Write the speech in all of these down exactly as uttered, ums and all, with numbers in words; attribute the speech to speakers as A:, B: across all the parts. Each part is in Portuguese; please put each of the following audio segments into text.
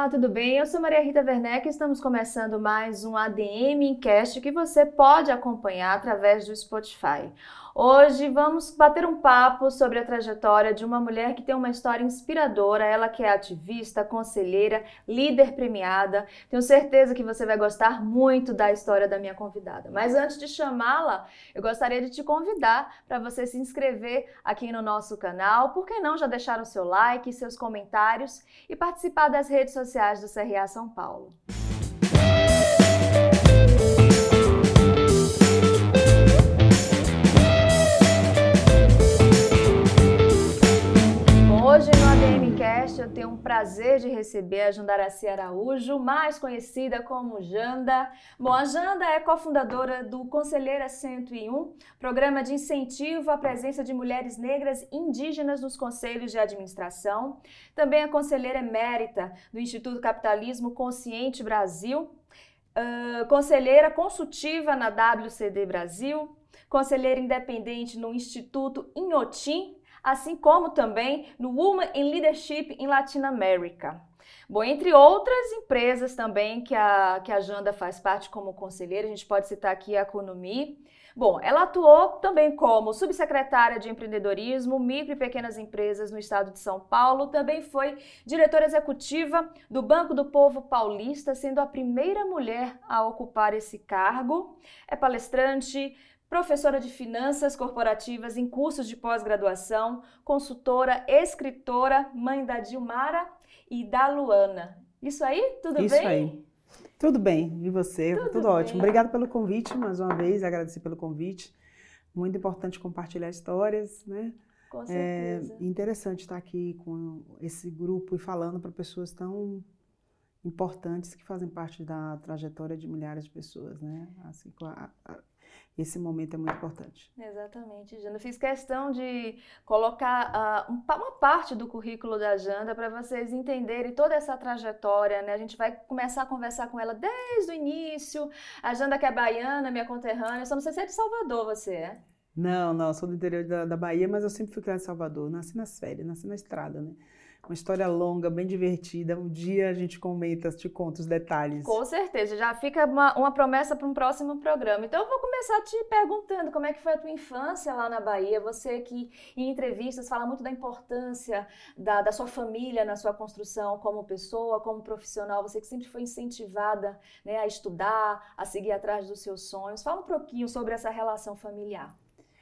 A: Olá, tudo bem? Eu sou Maria Rita Werneck e estamos começando mais um A D M Encast que você pode acompanhar através do Spotify. Hoje vamos bater um papo sobre a trajetória de uma mulher que tem uma história inspiradora, ela que é ativista, conselheira, líder premiada. Tenho certeza que você vai gostar muito da história da minha convidada. Mas antes de chamá-la, eu gostaria de te convidar para você se inscrever aqui no nosso canal. Por que não já deixar o seu like, seus comentários e participar das redes sociais do C R A São Paulo. Bom, hoje no A D M Cast eu tenho um prazer de receber a Jandaracy Araújo, mais conhecida como Janda. Bom, a Janda é cofundadora do Conselheira cento e um, programa de incentivo à presença de mulheres negras indígenas nos conselhos de administração. Também é conselheira emérita do Instituto Capitalismo Consciente Brasil, uh, conselheira consultiva na W C D Brasil, conselheira independente no Instituto Inhotim, assim como também no Women in Leadership in Latin America. Bom, entre outras empresas também que a, que a Janda faz parte como conselheira, a gente pode citar aqui a Economy. Bom, ela atuou também como subsecretária de empreendedorismo, micro e pequenas empresas no estado de São Paulo, também foi diretora executiva do Banco do Povo Paulista, sendo a primeira mulher a ocupar esse cargo. É palestrante, professora de finanças corporativas em cursos de pós-graduação, consultora, escritora, mãe da Dilmara e da Luana. Isso aí? Tudo
B: Isso
A: bem?
B: Isso aí. Tudo bem. E você?
A: Tudo,
B: Tudo ótimo.
A: bem.
B: Obrigada pelo convite, mais uma vez. Agradecer pelo convite. Muito importante compartilhar histórias, né?
A: Com certeza.
B: É interessante estar aqui com esse grupo e falando para pessoas tão importantes que fazem parte da trajetória de milhares de pessoas, né? Assim, a, a, esse momento é muito importante.
A: Exatamente, Janda. Eu fiz questão de colocar uh, uma parte do currículo da Janda para vocês entenderem toda essa trajetória, né? A gente vai começar a conversar com ela desde o início. A Janda que é baiana, minha conterrânea, eu só não sei se é de Salvador, você é?
B: Não, não, sou do interior da, da Bahia, mas eu sempre fui criada em Salvador. Nasci nas férias, nasci na estrada, né? Uma história longa, bem divertida. Um dia a gente comenta, te conta os detalhes.
A: Com certeza, já fica uma, uma promessa para um próximo programa. Então eu vou começar te perguntando como é que foi a tua infância lá na Bahia. Você que em entrevistas fala muito da importância da, da sua família na sua construção como pessoa, como profissional. Você que sempre foi incentivada, né, a estudar, a seguir atrás dos seus sonhos. Fala um pouquinho sobre essa relação familiar.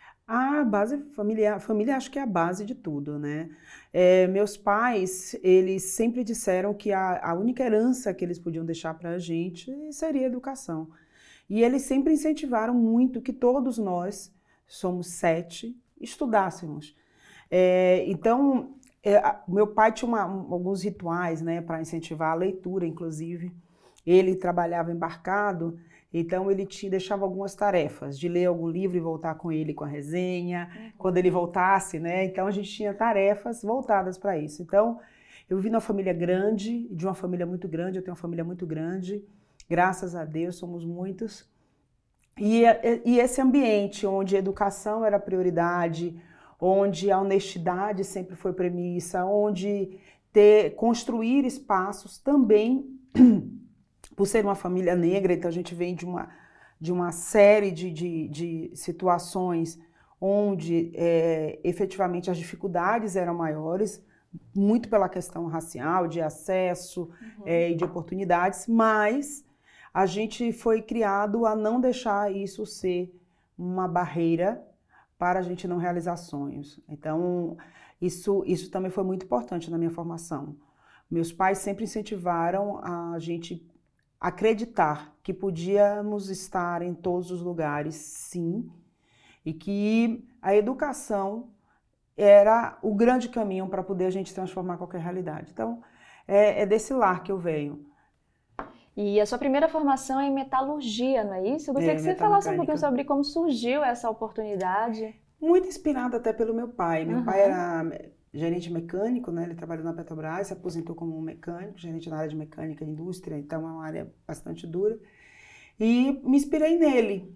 B: A base familiar, família acho que é a base de tudo, né? É, meus pais, eles sempre disseram que a, a única herança que eles podiam deixar para a gente seria a educação. E eles sempre incentivaram muito que todos nós, somos sete, estudássemos. É, então, é, meu pai tinha uma, um, alguns rituais, né, para incentivar a leitura, inclusive. Ele trabalhava embarcado, então ele te deixava algumas tarefas, de ler algum livro e voltar com ele com a resenha, uhum. Quando ele voltasse, né? Então a gente tinha tarefas voltadas para isso. Então eu vivi numa família grande, de uma família muito grande, eu tenho uma família muito grande, graças a Deus somos muitos. E, e esse ambiente onde a educação era prioridade, onde a honestidade sempre foi premissa, onde ter, construir espaços também... Por ser uma família negra, então a gente vem de uma, de uma série de, de, de situações onde é, efetivamente as dificuldades eram maiores, muito pela questão racial, de acesso uhum. é, e de oportunidades, mas a gente foi criado a não deixar isso ser uma barreira para a gente não realizar sonhos. Então, isso, isso também foi muito importante na minha formação. Meus pais sempre incentivaram a gente acreditar que podíamos estar em todos os lugares, sim, e que a educação era o grande caminho para poder a gente transformar qualquer realidade. Então, é, é desse lar que eu venho.
A: E a sua primeira formação é em metalurgia, não é isso? Eu gostaria
B: é,
A: que você falasse um pouquinho sobre como surgiu essa oportunidade.
B: Muito inspirada até pelo meu pai. Meu
A: uhum.
B: pai era gerente mecânico, né? Ele trabalhou na Petrobras, se aposentou como mecânico, gerente na área de mecânica e indústria, então é uma área bastante dura. E me inspirei nele.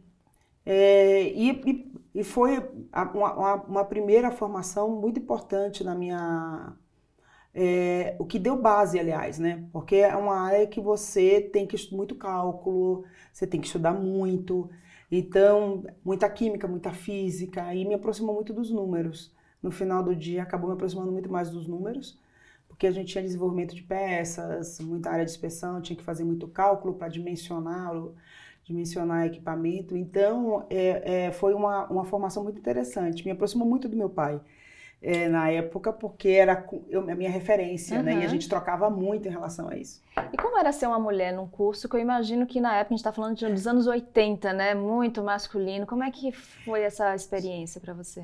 B: É, e, e, e foi uma, uma, uma primeira formação muito importante na minha, É, o que deu base, aliás, né? Porque é uma área que você tem que estudar muito cálculo, você tem que estudar muito, então, muita química, muita física, e me aproximou muito dos números. No final do dia, acabou me aproximando muito mais dos números, porque a gente tinha desenvolvimento de peças, muita área de inspeção, tinha que fazer muito cálculo para dimensionar, dimensionar equipamento. Então, é, é, foi uma, uma formação muito interessante, me aproximou muito do meu pai. É, na época, porque era eu, a minha referência, uhum. né? E a gente trocava muito em relação a isso.
A: E como era ser uma mulher num curso que eu imagino que na época, a gente está falando de, dos anos oitenta, né? Muito masculino. Como é que foi essa experiência para você?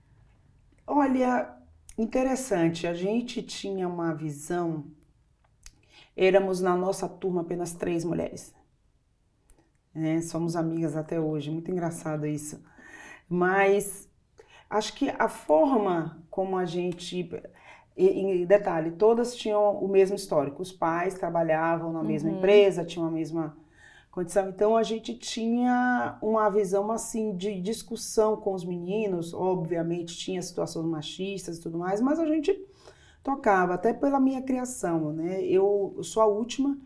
B: Olha, interessante. A gente tinha uma visão... Éramos na nossa turma apenas três mulheres. É, somos amigas até hoje. Muito engraçado isso. Mas... Acho que a forma como a gente... Em detalhe, todas tinham o mesmo histórico. Os pais trabalhavam na mesma uhum. empresa, tinham a mesma condição. Então, a gente tinha uma visão, assim, de discussão com os meninos. Obviamente, tinha situações machistas e tudo mais, mas a gente tocava, até pela minha criação, né? Eu sou a última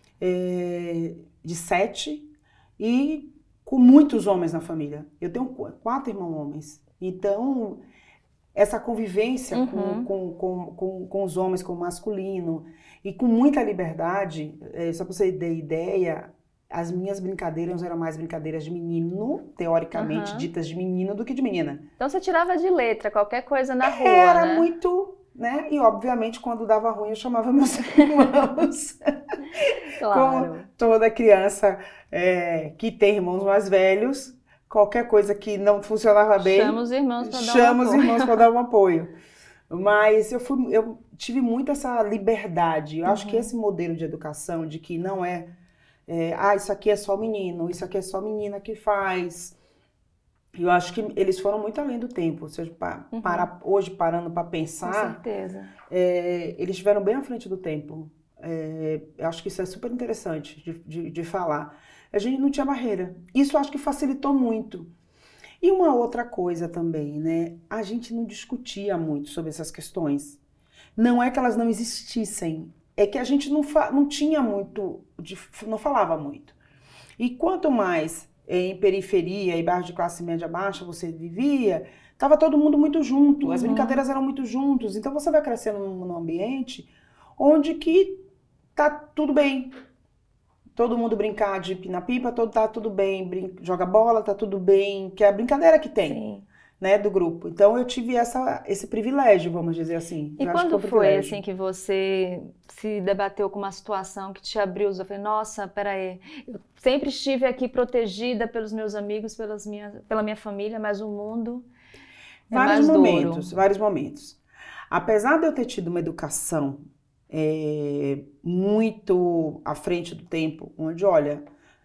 B: é, de sete e com muitos homens na família. Eu tenho quatro irmãos homens. Então, essa convivência uhum. com, com, com, com, com os homens, com o masculino, e com muita liberdade, é, só para você ter ideia, as minhas brincadeiras eram mais brincadeiras de menino, teoricamente uhum. ditas de menino, do que de menina.
A: Então você tirava de letra qualquer coisa na rua,
B: Era
A: né?
B: muito, né? E obviamente quando dava ruim eu chamava meus irmãos.
A: Claro.
B: Como toda criança é, que tem irmãos mais velhos, qualquer coisa que não funcionava bem,
A: chama os irmãos para dar um
B: chama os
A: apoio.
B: irmãos para dar um apoio. Mas eu, fui, eu tive muito essa liberdade. Eu uhum. acho que esse modelo de educação, de que não é, é, ah, isso aqui é só menino, isso aqui é só menina que faz. Eu acho que eles foram muito além do tempo. Ou seja, para, uhum. para, hoje, parando para pensar,
A: com certeza.
B: É, eles estiveram bem à frente do tempo. É, eu acho que isso é super interessante de, de, de falar. A gente não tinha barreira. Isso eu acho que facilitou muito. E uma outra coisa também, né? A gente não discutia muito sobre essas questões. Não é que elas não existissem, é que a gente não, fa- não tinha muito, de, não falava muito. E quanto mais em periferia e bairro de classe média baixa você vivia, estava todo mundo muito junto, as uhum. brincadeiras eram muito juntos. Então você vai crescendo num, num ambiente onde que tá tudo bem. Todo mundo brincar de pina-pipa, todo, tá tudo bem, brin- joga bola, tá tudo bem, que é a brincadeira que tem, Sim. né, do grupo. Então eu tive essa, esse privilégio, vamos dizer assim.
A: E
B: eu
A: quando
B: acho que
A: foi,
B: foi
A: assim, que você se debateu com uma situação que te abriu? Eu falei, nossa, peraí, eu sempre estive aqui protegida pelos meus amigos, pelas minhas, pela minha família, mas o mundo é
B: vários
A: mais
B: momentos,
A: duro.
B: vários momentos. Apesar de eu ter tido uma educação É, muito à frente do tempo, onde, olha,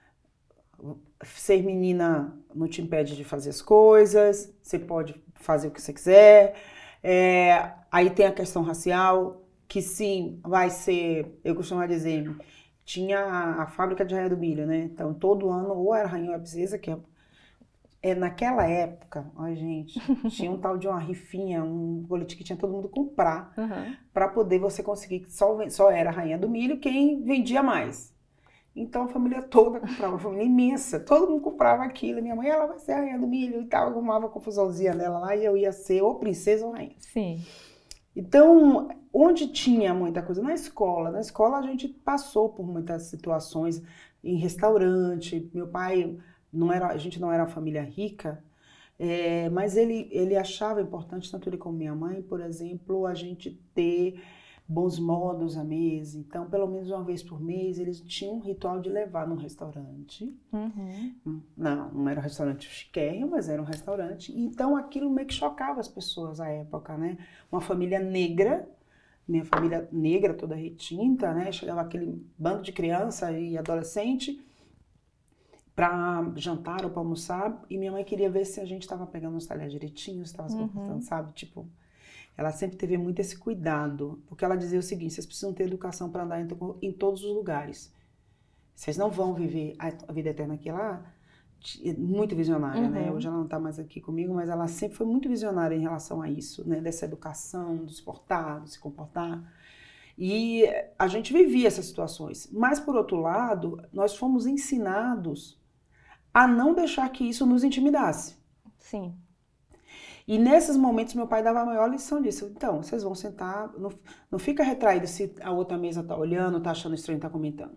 B: ser menina não te impede de fazer as coisas, você pode fazer o que você quiser, é, aí tem a questão racial, que sim, vai ser, eu costumo dizer, tinha a, a fábrica de Rainha do Milho, né, então todo ano ou era Rainha ou Princesa, que é É, naquela época, ó, gente, tinha um tal de uma rifinha, um boletim que tinha todo mundo comprar uhum. para poder você conseguir, só, só era a Rainha do Milho quem vendia mais. Então a família toda comprava, uma família imensa, todo mundo comprava aquilo. Minha mãe, ela vai ser a Rainha do Milho e tal, arrumava a confusãozinha dela lá e eu ia ser ou princesa ou rainha.
A: Sim.
B: Então, onde tinha muita coisa? Na escola. Na escola a gente passou por muitas situações, em restaurante, meu pai... Não era, a gente não era uma família rica, é, mas ele, ele achava importante, tanto ele como minha mãe, por exemplo, a gente ter bons modos à mesa. Então, pelo menos uma vez por mês, eles tinham um ritual de levar num restaurante. Uhum. Não, não era um restaurante chiquérrimo, mas era um restaurante. Então, aquilo meio que chocava as pessoas à época, né? Uma família negra, minha família negra, toda retinta, né? Chegava aquele bando de criança e adolescente para jantar ou para almoçar, e minha mãe queria ver se a gente estava pegando os talheres direitinho, se estava se comportando, uhum. sabe? Tipo, ela sempre teve muito esse cuidado, porque ela dizia o seguinte: vocês precisam ter educação para andar em, em todos os lugares. Vocês não vão viver a, a vida eterna aqui. Ela é muito visionária, uhum. né? Hoje ela não está mais aqui comigo, mas ela sempre foi muito visionária em relação a isso, né? Dessa educação, do se portar, do se comportar. E a gente vivia essas situações. Mas, por outro lado, nós fomos ensinados a não deixar que isso nos intimidasse.
A: Sim.
B: E nesses momentos meu pai dava a maior lição disso. Então, vocês vão sentar, não, não fica retraído se a outra mesa tá olhando, tá achando estranho, tá comentando.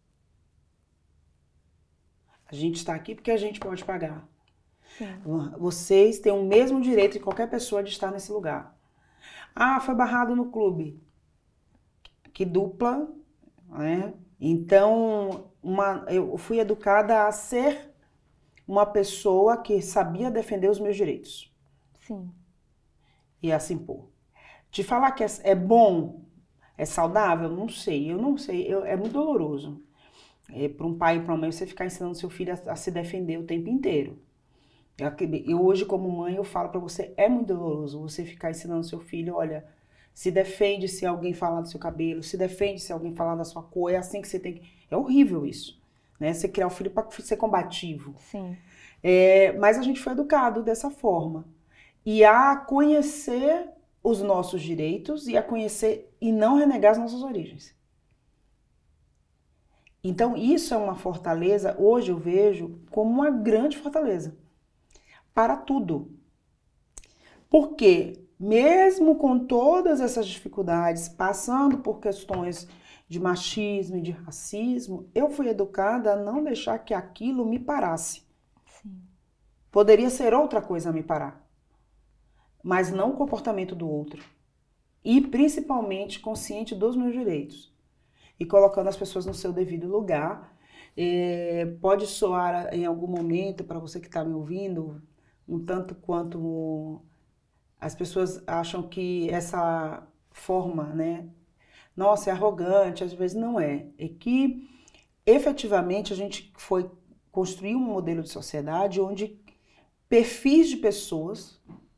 B: A gente está aqui porque a gente pode pagar.
A: Sim.
B: Vocês têm o mesmo direito de qualquer pessoa de estar nesse lugar. Ah, foi barrado no clube. Que dupla, né? Então, uma, eu fui educada a ser uma pessoa que sabia defender os meus direitos.
A: Sim.
B: E assim, pô. De falar que é, é bom, é saudável, não sei. Eu não sei, eu, é muito doloroso. É, para um pai e para uma mãe, você ficar ensinando seu filho a, a se defender o tempo inteiro. Eu, eu hoje, como mãe, eu falo para você, é muito doloroso você ficar ensinando seu filho, olha, se defende se alguém falar do seu cabelo, se defende se alguém falar da sua cor, é assim que você tem que... É horrível isso, né? Você criar o filho para ser combativo.
A: Sim.
B: É, mas a gente foi educado dessa forma. E a conhecer os nossos direitos e a conhecer e não renegar as nossas origens. Então, isso é uma fortaleza, hoje eu vejo como uma grande fortaleza para tudo. Porque, mesmo com todas essas dificuldades, passando por questões de machismo e de racismo, eu fui educada a não deixar que aquilo me parasse.
A: Sim.
B: Poderia ser outra coisa a me parar, mas não o comportamento do outro. E, principalmente, consciente dos meus direitos. E colocando as pessoas no seu devido lugar. É, pode soar em algum momento, para você que está me ouvindo, um tanto quanto as pessoas acham que essa forma, né? Nossa, é arrogante, às vezes não é. É que, efetivamente, a gente foi construir um modelo de sociedade onde perfis de pessoas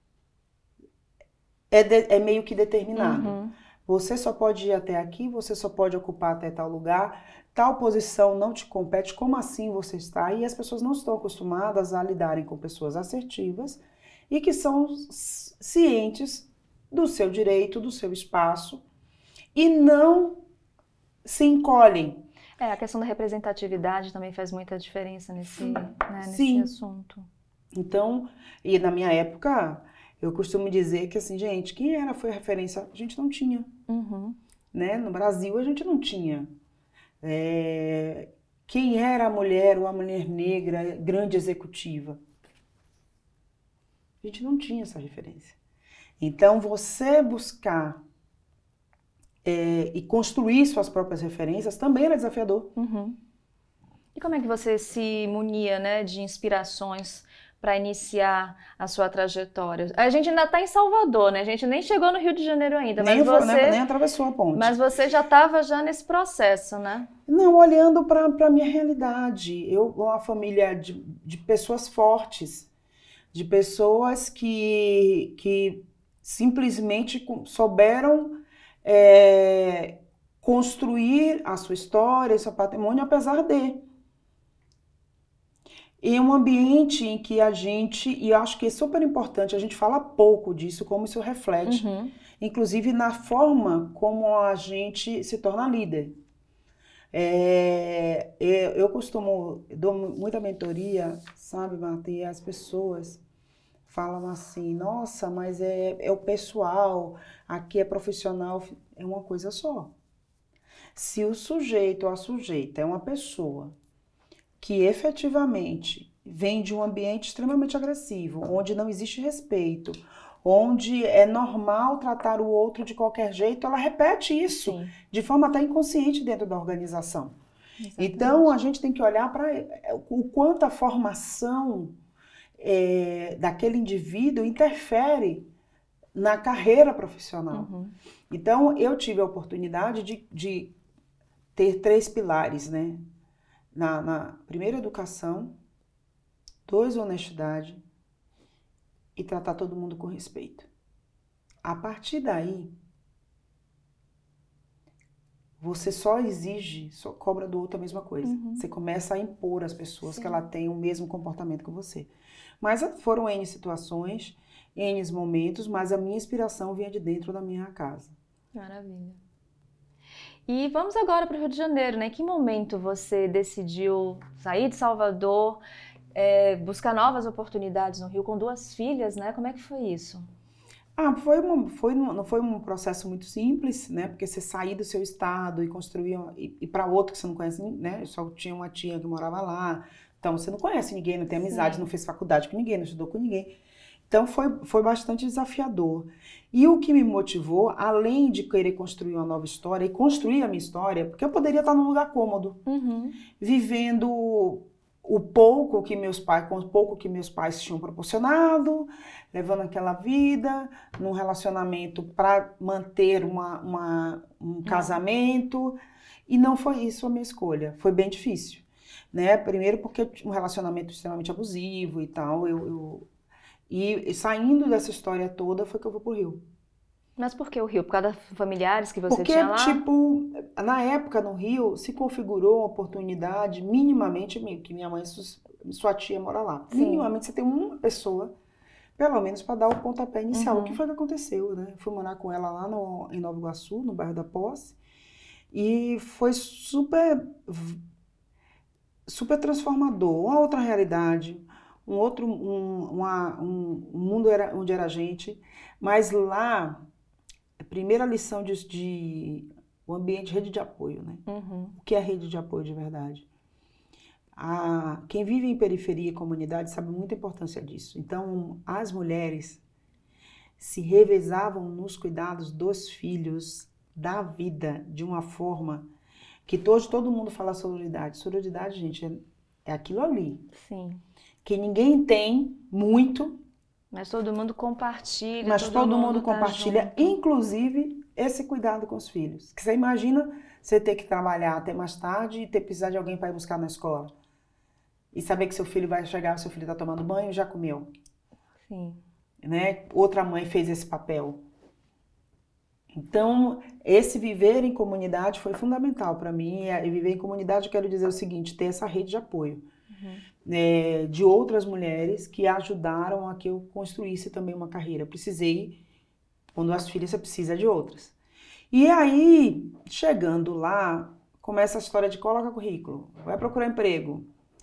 B: é, de, é meio que determinado.
A: Uhum.
B: Você só pode ir até aqui, você só pode ocupar até tal lugar, tal posição não te compete, como assim você está? E as pessoas não estão acostumadas a lidarem com pessoas assertivas e que são cientes do seu direito, do seu espaço e não se encolhem.
A: É, a questão da representatividade também faz muita diferença nesse, né, nesse
B: Sim.
A: assunto.
B: Então, e na minha época... Eu costumo dizer que, assim, gente, quem era, foi referência? A gente não tinha.
A: Uhum.
B: Né? No Brasil, a gente não tinha. É... Quem era a mulher ou a mulher negra, grande executiva? A gente não tinha essa referência. Então, você buscar é, e construir suas próprias referências também era desafiador.
A: Uhum. E como é que você se munia, né, de inspirações para iniciar a sua trajetória? A gente ainda está em Salvador, né? A gente nem chegou no Rio de Janeiro ainda,
B: nem
A: mas
B: vou,
A: você
B: nem, nem atravessou a ponte.
A: Mas você já estava já nesse processo, né?
B: Não, olhando para a minha realidade. Eu, uma família de, de pessoas fortes, de pessoas que, que simplesmente souberam é, construir a sua história, seu patrimônio, apesar de... Em um ambiente em que a gente, e eu acho que é super importante, a gente fala pouco disso, como isso reflete,
A: Uhum.
B: inclusive na forma como a gente se torna líder. É, eu costumo, dou muita mentoria, sabe, Marta, e as pessoas falam assim, nossa, mas é, é o pessoal, aqui é profissional, é uma coisa só. Se o sujeito ou a sujeita é uma pessoa que efetivamente vem de um ambiente extremamente agressivo, onde não existe respeito, onde é normal tratar o outro de qualquer jeito, ela repete isso, sim, de forma até inconsciente dentro da organização. Exatamente. Então, a gente tem que olhar para o quanto a formação é, daquele indivíduo interfere na carreira profissional. Uhum. Então, eu tive a oportunidade de, de ter três pilares, né? Na, na primeira, educação, dois, honestidade e tratar todo mundo com respeito. A partir daí, você só exige, só cobra do outro a mesma coisa. Uhum. Você começa a impor às pessoas, sim, que ela tenha o mesmo comportamento que você. Mas foram N situações, N momentos, mas a minha inspiração vinha de dentro da minha casa.
A: Maravilha. E vamos agora para o Rio de Janeiro, né? Em que momento você decidiu sair de Salvador, é, buscar novas oportunidades no Rio com duas filhas, né? Como é que foi isso?
B: Ah, foi uma, foi, não foi um processo muito simples, né? Porque você sair do seu estado e construir, uma, e, e para outro que você não conhece, né? Eu só tinha uma tia que morava lá, então você não conhece ninguém, não tem amizade, Sim. não fez faculdade com ninguém, não estudou com ninguém. Então foi, foi bastante desafiador. E o que me motivou, além de querer construir uma nova história e construir a minha história, porque eu poderia estar num lugar cômodo,
A: uhum.
B: vivendo o pouco que meus pais, com o pouco que meus pais tinham proporcionado, levando aquela vida, num relacionamento para manter uma, uma, um casamento. E não foi isso a minha escolha. Foi bem difícil, né? Primeiro porque um relacionamento extremamente abusivo e tal. Eu, eu... E saindo dessa história toda foi que eu vou pro Rio.
A: Mas por que o Rio? Por causa dos familiares que você
B: Porque,
A: tinha lá?
B: Porque, tipo, na época no Rio se configurou uma oportunidade, minimamente, que minha mãe e sua tia moram lá. Sim. Minimamente você tem uma pessoa, pelo menos, para dar o pontapé inicial. Uhum. O que foi que aconteceu, né? Eu fui morar com ela lá no, em Nova Iguaçu, no bairro da Posse, e foi super, super transformador. Uma outra realidade, um outro, um, uma, um, um mundo era, onde era a gente, mas lá... A primeira lição de, de o ambiente, rede de apoio, né?
A: Uhum.
B: O que é rede de apoio de verdade? A, quem vive em periferia e comunidade sabe muita importância disso. Então, as mulheres se revezavam nos cuidados dos filhos, da vida, de uma forma que hoje todo mundo fala sororidade. Sororidade, gente, é, é aquilo ali.
A: Sim.
B: Que ninguém tem muito...
A: Mas todo mundo compartilha.
B: Mas todo, todo mundo, mundo compartilha,
A: tá
B: inclusive esse cuidado com os filhos. Que você imagina você ter que trabalhar até mais tarde e ter que precisar de alguém para ir buscar na escola. E saber que seu filho vai chegar, seu filho está tomando banho e já comeu.
A: Sim.
B: Né? Outra mãe fez esse papel. Então, esse viver em comunidade foi fundamental para mim. E viver em comunidade, eu quero dizer o seguinte, ter essa rede de apoio. Uhum. É, de outras mulheres que ajudaram a que eu construísse também uma carreira. Eu precisei, quando as filhas, você precisa de outras. E aí, chegando lá, começa a história de coloca currículo, vai procurar emprego.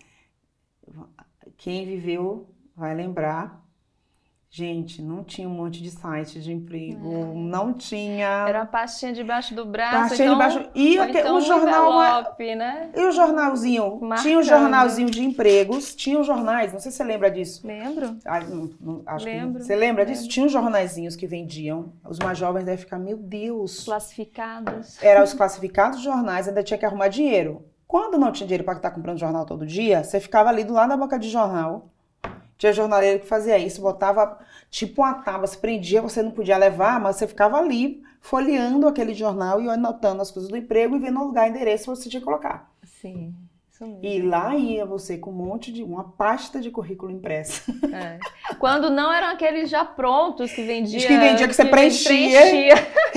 B: Quem viveu vai lembrar. Gente, não tinha um monte de sites de emprego, é. não tinha...
A: Era uma pastinha debaixo do braço,
B: pastinha
A: então...
B: debaixo... E o
A: então
B: jornal...
A: Um envelope, né?
B: E o jornalzinho? Marcando. Tinha um jornalzinho de empregos, tinha os jornais, não sei se você lembra disso.
A: Lembro.
B: Ah, não, não, acho
A: Lembro.
B: Que, você lembra
A: Lembro.
B: disso? Tinha uns jornaizinhos que vendiam, os mais jovens devem ficar, meu Deus...
A: Classificados.
B: Eram os classificados de jornais, ainda tinha que arrumar dinheiro. Quando não tinha dinheiro para estar comprando jornal todo dia, você ficava ali do lado da banca de jornal. Tinha jornaleiro que fazia isso, botava tipo uma tábua, se prendia, você não podia levar, mas você ficava ali folheando aquele jornal e anotando as coisas do emprego e vendo o lugar, endereço que você tinha que colocar.
A: Sim, isso mesmo.
B: E lá ia você com um monte de, uma pasta de currículo impressa.
A: É. Quando não eram aqueles já prontos que vendia.
B: Que vendia, que você
A: que
B: preenchia.
A: preenchia.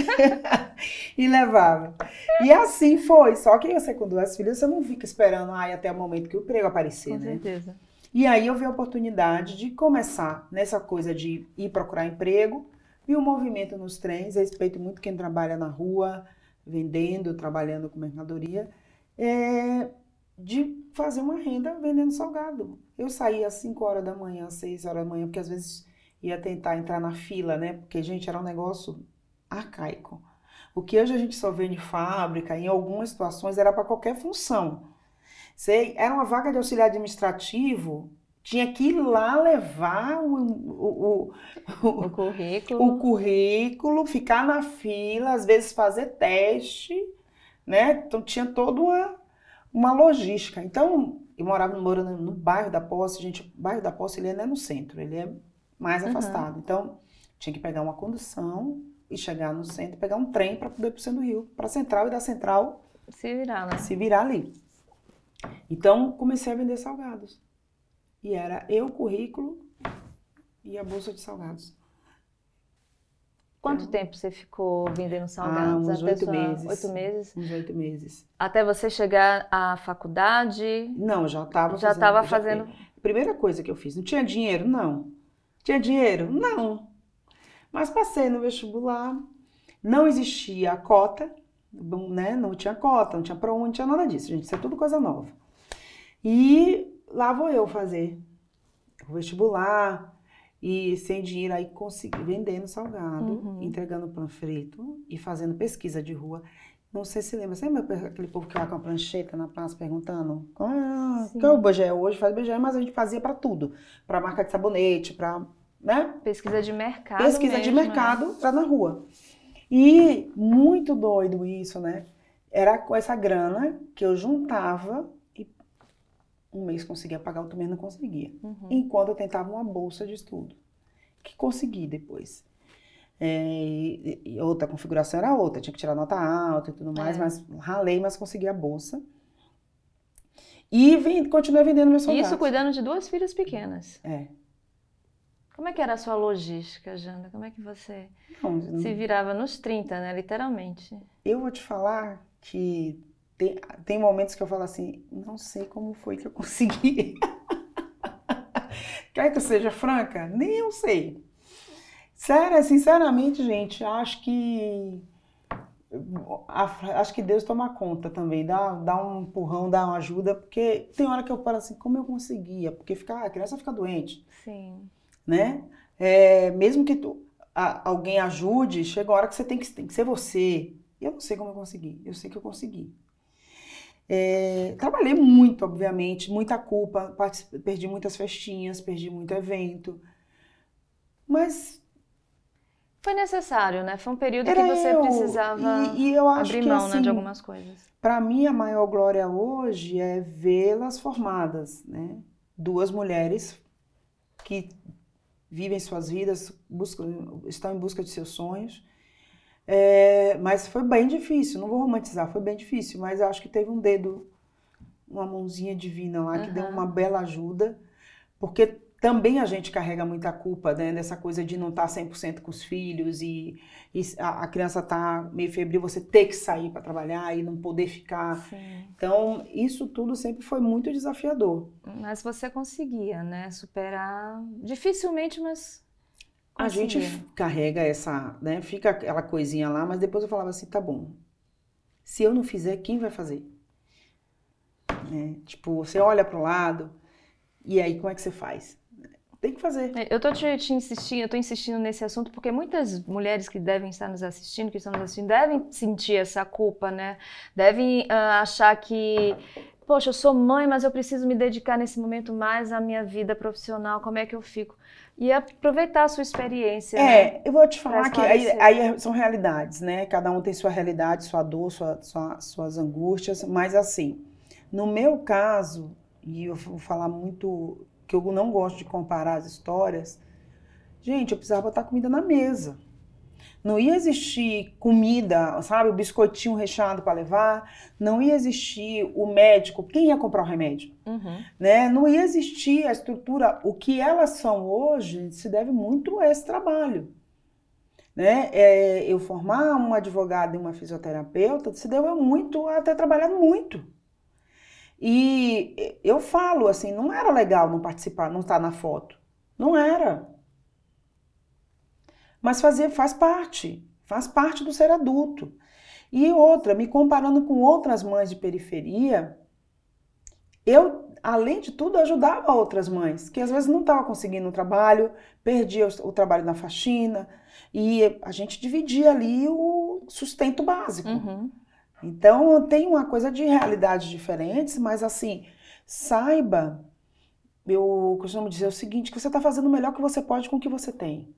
B: E levava. E assim foi, só que você com duas filhas, você não fica esperando ai, até o momento que o emprego aparecer,
A: com
B: né?
A: Com certeza.
B: E aí eu vi a oportunidade de começar nessa coisa de ir procurar emprego, vi o movimento nos trens, respeito muito quem trabalha na rua, vendendo, trabalhando com mercadoria, é, de fazer uma renda vendendo salgado. Eu saía às cinco horas da manhã, às seis horas da manhã, porque às vezes ia tentar entrar na fila, né? Porque, gente, era um negócio arcaico. O que hoje a gente só vê em fábrica, em algumas situações, era para qualquer função. Você, era uma vaga de auxiliar administrativo, tinha que ir lá levar o, o, o,
A: o, currículo.
B: o currículo, ficar na fila, às vezes fazer teste, né? Então tinha toda uma, uma logística. Então, eu morava morando no bairro da Posse, gente, o bairro da Posse ele não é no centro, ele é mais afastado. Uhum. Então, tinha que pegar uma condução e chegar no centro, pegar um trem para poder ir para o centro do Rio, para a central e da central
A: se virar, né?
B: Se virar ali. Então, comecei a vender salgados. E era eu, o currículo e a bolsa de salgados.
A: Quanto então, tempo você ficou vendendo salgados?
B: Ah, uns oito meses.
A: Oito meses?
B: Uns oito meses.
A: Até você chegar à faculdade?
B: Não, já estava
A: já estava fazendo...
B: Já, primeira coisa que eu fiz, não tinha dinheiro? Não. Tinha dinheiro? Não. Mas passei no vestibular, não existia a cota, né? Não tinha cota, não tinha ProUni, não tinha nada disso, gente. Isso é tudo coisa nova. E lá vou eu fazer o vestibular e sem dinheiro aí consegui vendendo salgado, uhum. entregando panfleto e fazendo pesquisa de rua. Não sei se lembra, você lembra aquele povo que vai com a prancheta na praça perguntando ah, que é o I B G E hoje? Faz I B G E, mas a gente fazia para tudo, para marca de sabonete, para, né?
A: Pesquisa de mercado
B: Pesquisa
A: mesmo,
B: de mercado
A: né?
B: para na rua. E muito doido isso, né? Era com essa grana que eu juntava e um mês conseguia pagar, outro mês não conseguia. Uhum. Enquanto eu tentava uma bolsa de estudo, que consegui depois. É, e, e outra configuração era outra, tinha que tirar nota alta e tudo mais, é. mas ralei, mas consegui a bolsa. E vim, continuei vendendo meus salgados.
A: Isso cuidando de duas filhas pequenas.
B: É.
A: Como é que era a sua logística, Janda? Como é que você
B: não, não...
A: se virava nos trinta, né? Literalmente.
B: Eu vou te falar que tem, tem momentos que eu falo assim, não sei como foi que eu consegui. Quer que eu seja franca? Nem eu sei. Sério, sinceramente, gente, acho que acho que Deus toma conta também, dá, dá um empurrão, dá uma ajuda, porque tem hora que eu falo assim, como eu conseguia? Porque fica, a criança fica doente.
A: Sim.
B: Né? É, mesmo que tu, a, alguém ajude, chega a hora que você tem que, tem que ser você. Eu não sei como eu consegui, eu sei que eu consegui. É, trabalhei muito, obviamente, muita culpa, perdi muitas festinhas, perdi muito evento, mas...
A: Foi necessário, né? Foi um período que você eu, precisava
B: e, e eu acho
A: abrir
B: que,
A: mão,
B: assim,
A: né, de algumas coisas.
B: Para mim, a maior glória hoje é vê-las formadas, né? Duas mulheres que vivem suas vidas, buscam, estão em busca de seus sonhos. É, mas foi bem difícil, não vou romantizar, foi bem difícil, mas eu acho que teve um dedo, uma mãozinha divina lá, que uhum. deu uma bela ajuda, porque também a gente carrega muita culpa, né, dessa coisa de não estar cem por cento com os filhos e, e a, a criança tá meio febril, você ter que sair para trabalhar e não poder ficar. Sim. Então, isso tudo sempre foi muito desafiador.
A: Mas você conseguia, né, superar, dificilmente, mas conseguia.
B: A gente carrega essa, né, fica aquela coisinha lá, mas depois eu falava assim, tá bom, se eu não fizer, quem vai fazer? Né? Tipo, você olha para o lado, e aí como é que você faz? Tem que fazer.
A: Eu tô te, te insistindo, eu tô insistindo nesse assunto porque muitas mulheres que devem estar nos assistindo, que estão nos assistindo, devem sentir essa culpa, né? Devem uh, achar que, poxa, eu sou mãe, mas eu preciso me dedicar nesse momento mais à minha vida profissional, como é que eu fico? E aproveitar a sua experiência.
B: É,
A: né?
B: eu vou te falar que aí, aí são realidades, né? Cada um tem sua realidade, sua dor, sua, sua, suas angústias, mas assim, no meu caso, e eu vou falar muito... que eu não gosto de comparar as histórias, gente, eu precisava botar comida na mesa. Não ia existir comida, sabe, o biscoitinho recheado para levar, não ia existir o médico, quem ia comprar o remédio? Uhum. Né? Não ia existir a estrutura, o que elas são hoje se deve muito a esse trabalho. Né? É, eu formar uma advogada e uma fisioterapeuta se deve muito a ter trabalhado muito. E eu falo assim, não era legal não participar, não estar na foto. Não era. Mas fazer, faz parte, faz parte do ser adulto. E outra, me comparando com outras mães de periferia, eu, além de tudo, ajudava outras mães, que às vezes não estavam conseguindo o trabalho, perdia o, o trabalho na faxina, e a gente dividia ali o sustento básico. Uhum. Então, tem uma coisa de realidades diferentes, mas assim, saiba, eu costumo dizer o seguinte, que você está fazendo o melhor que você pode com o que você tem.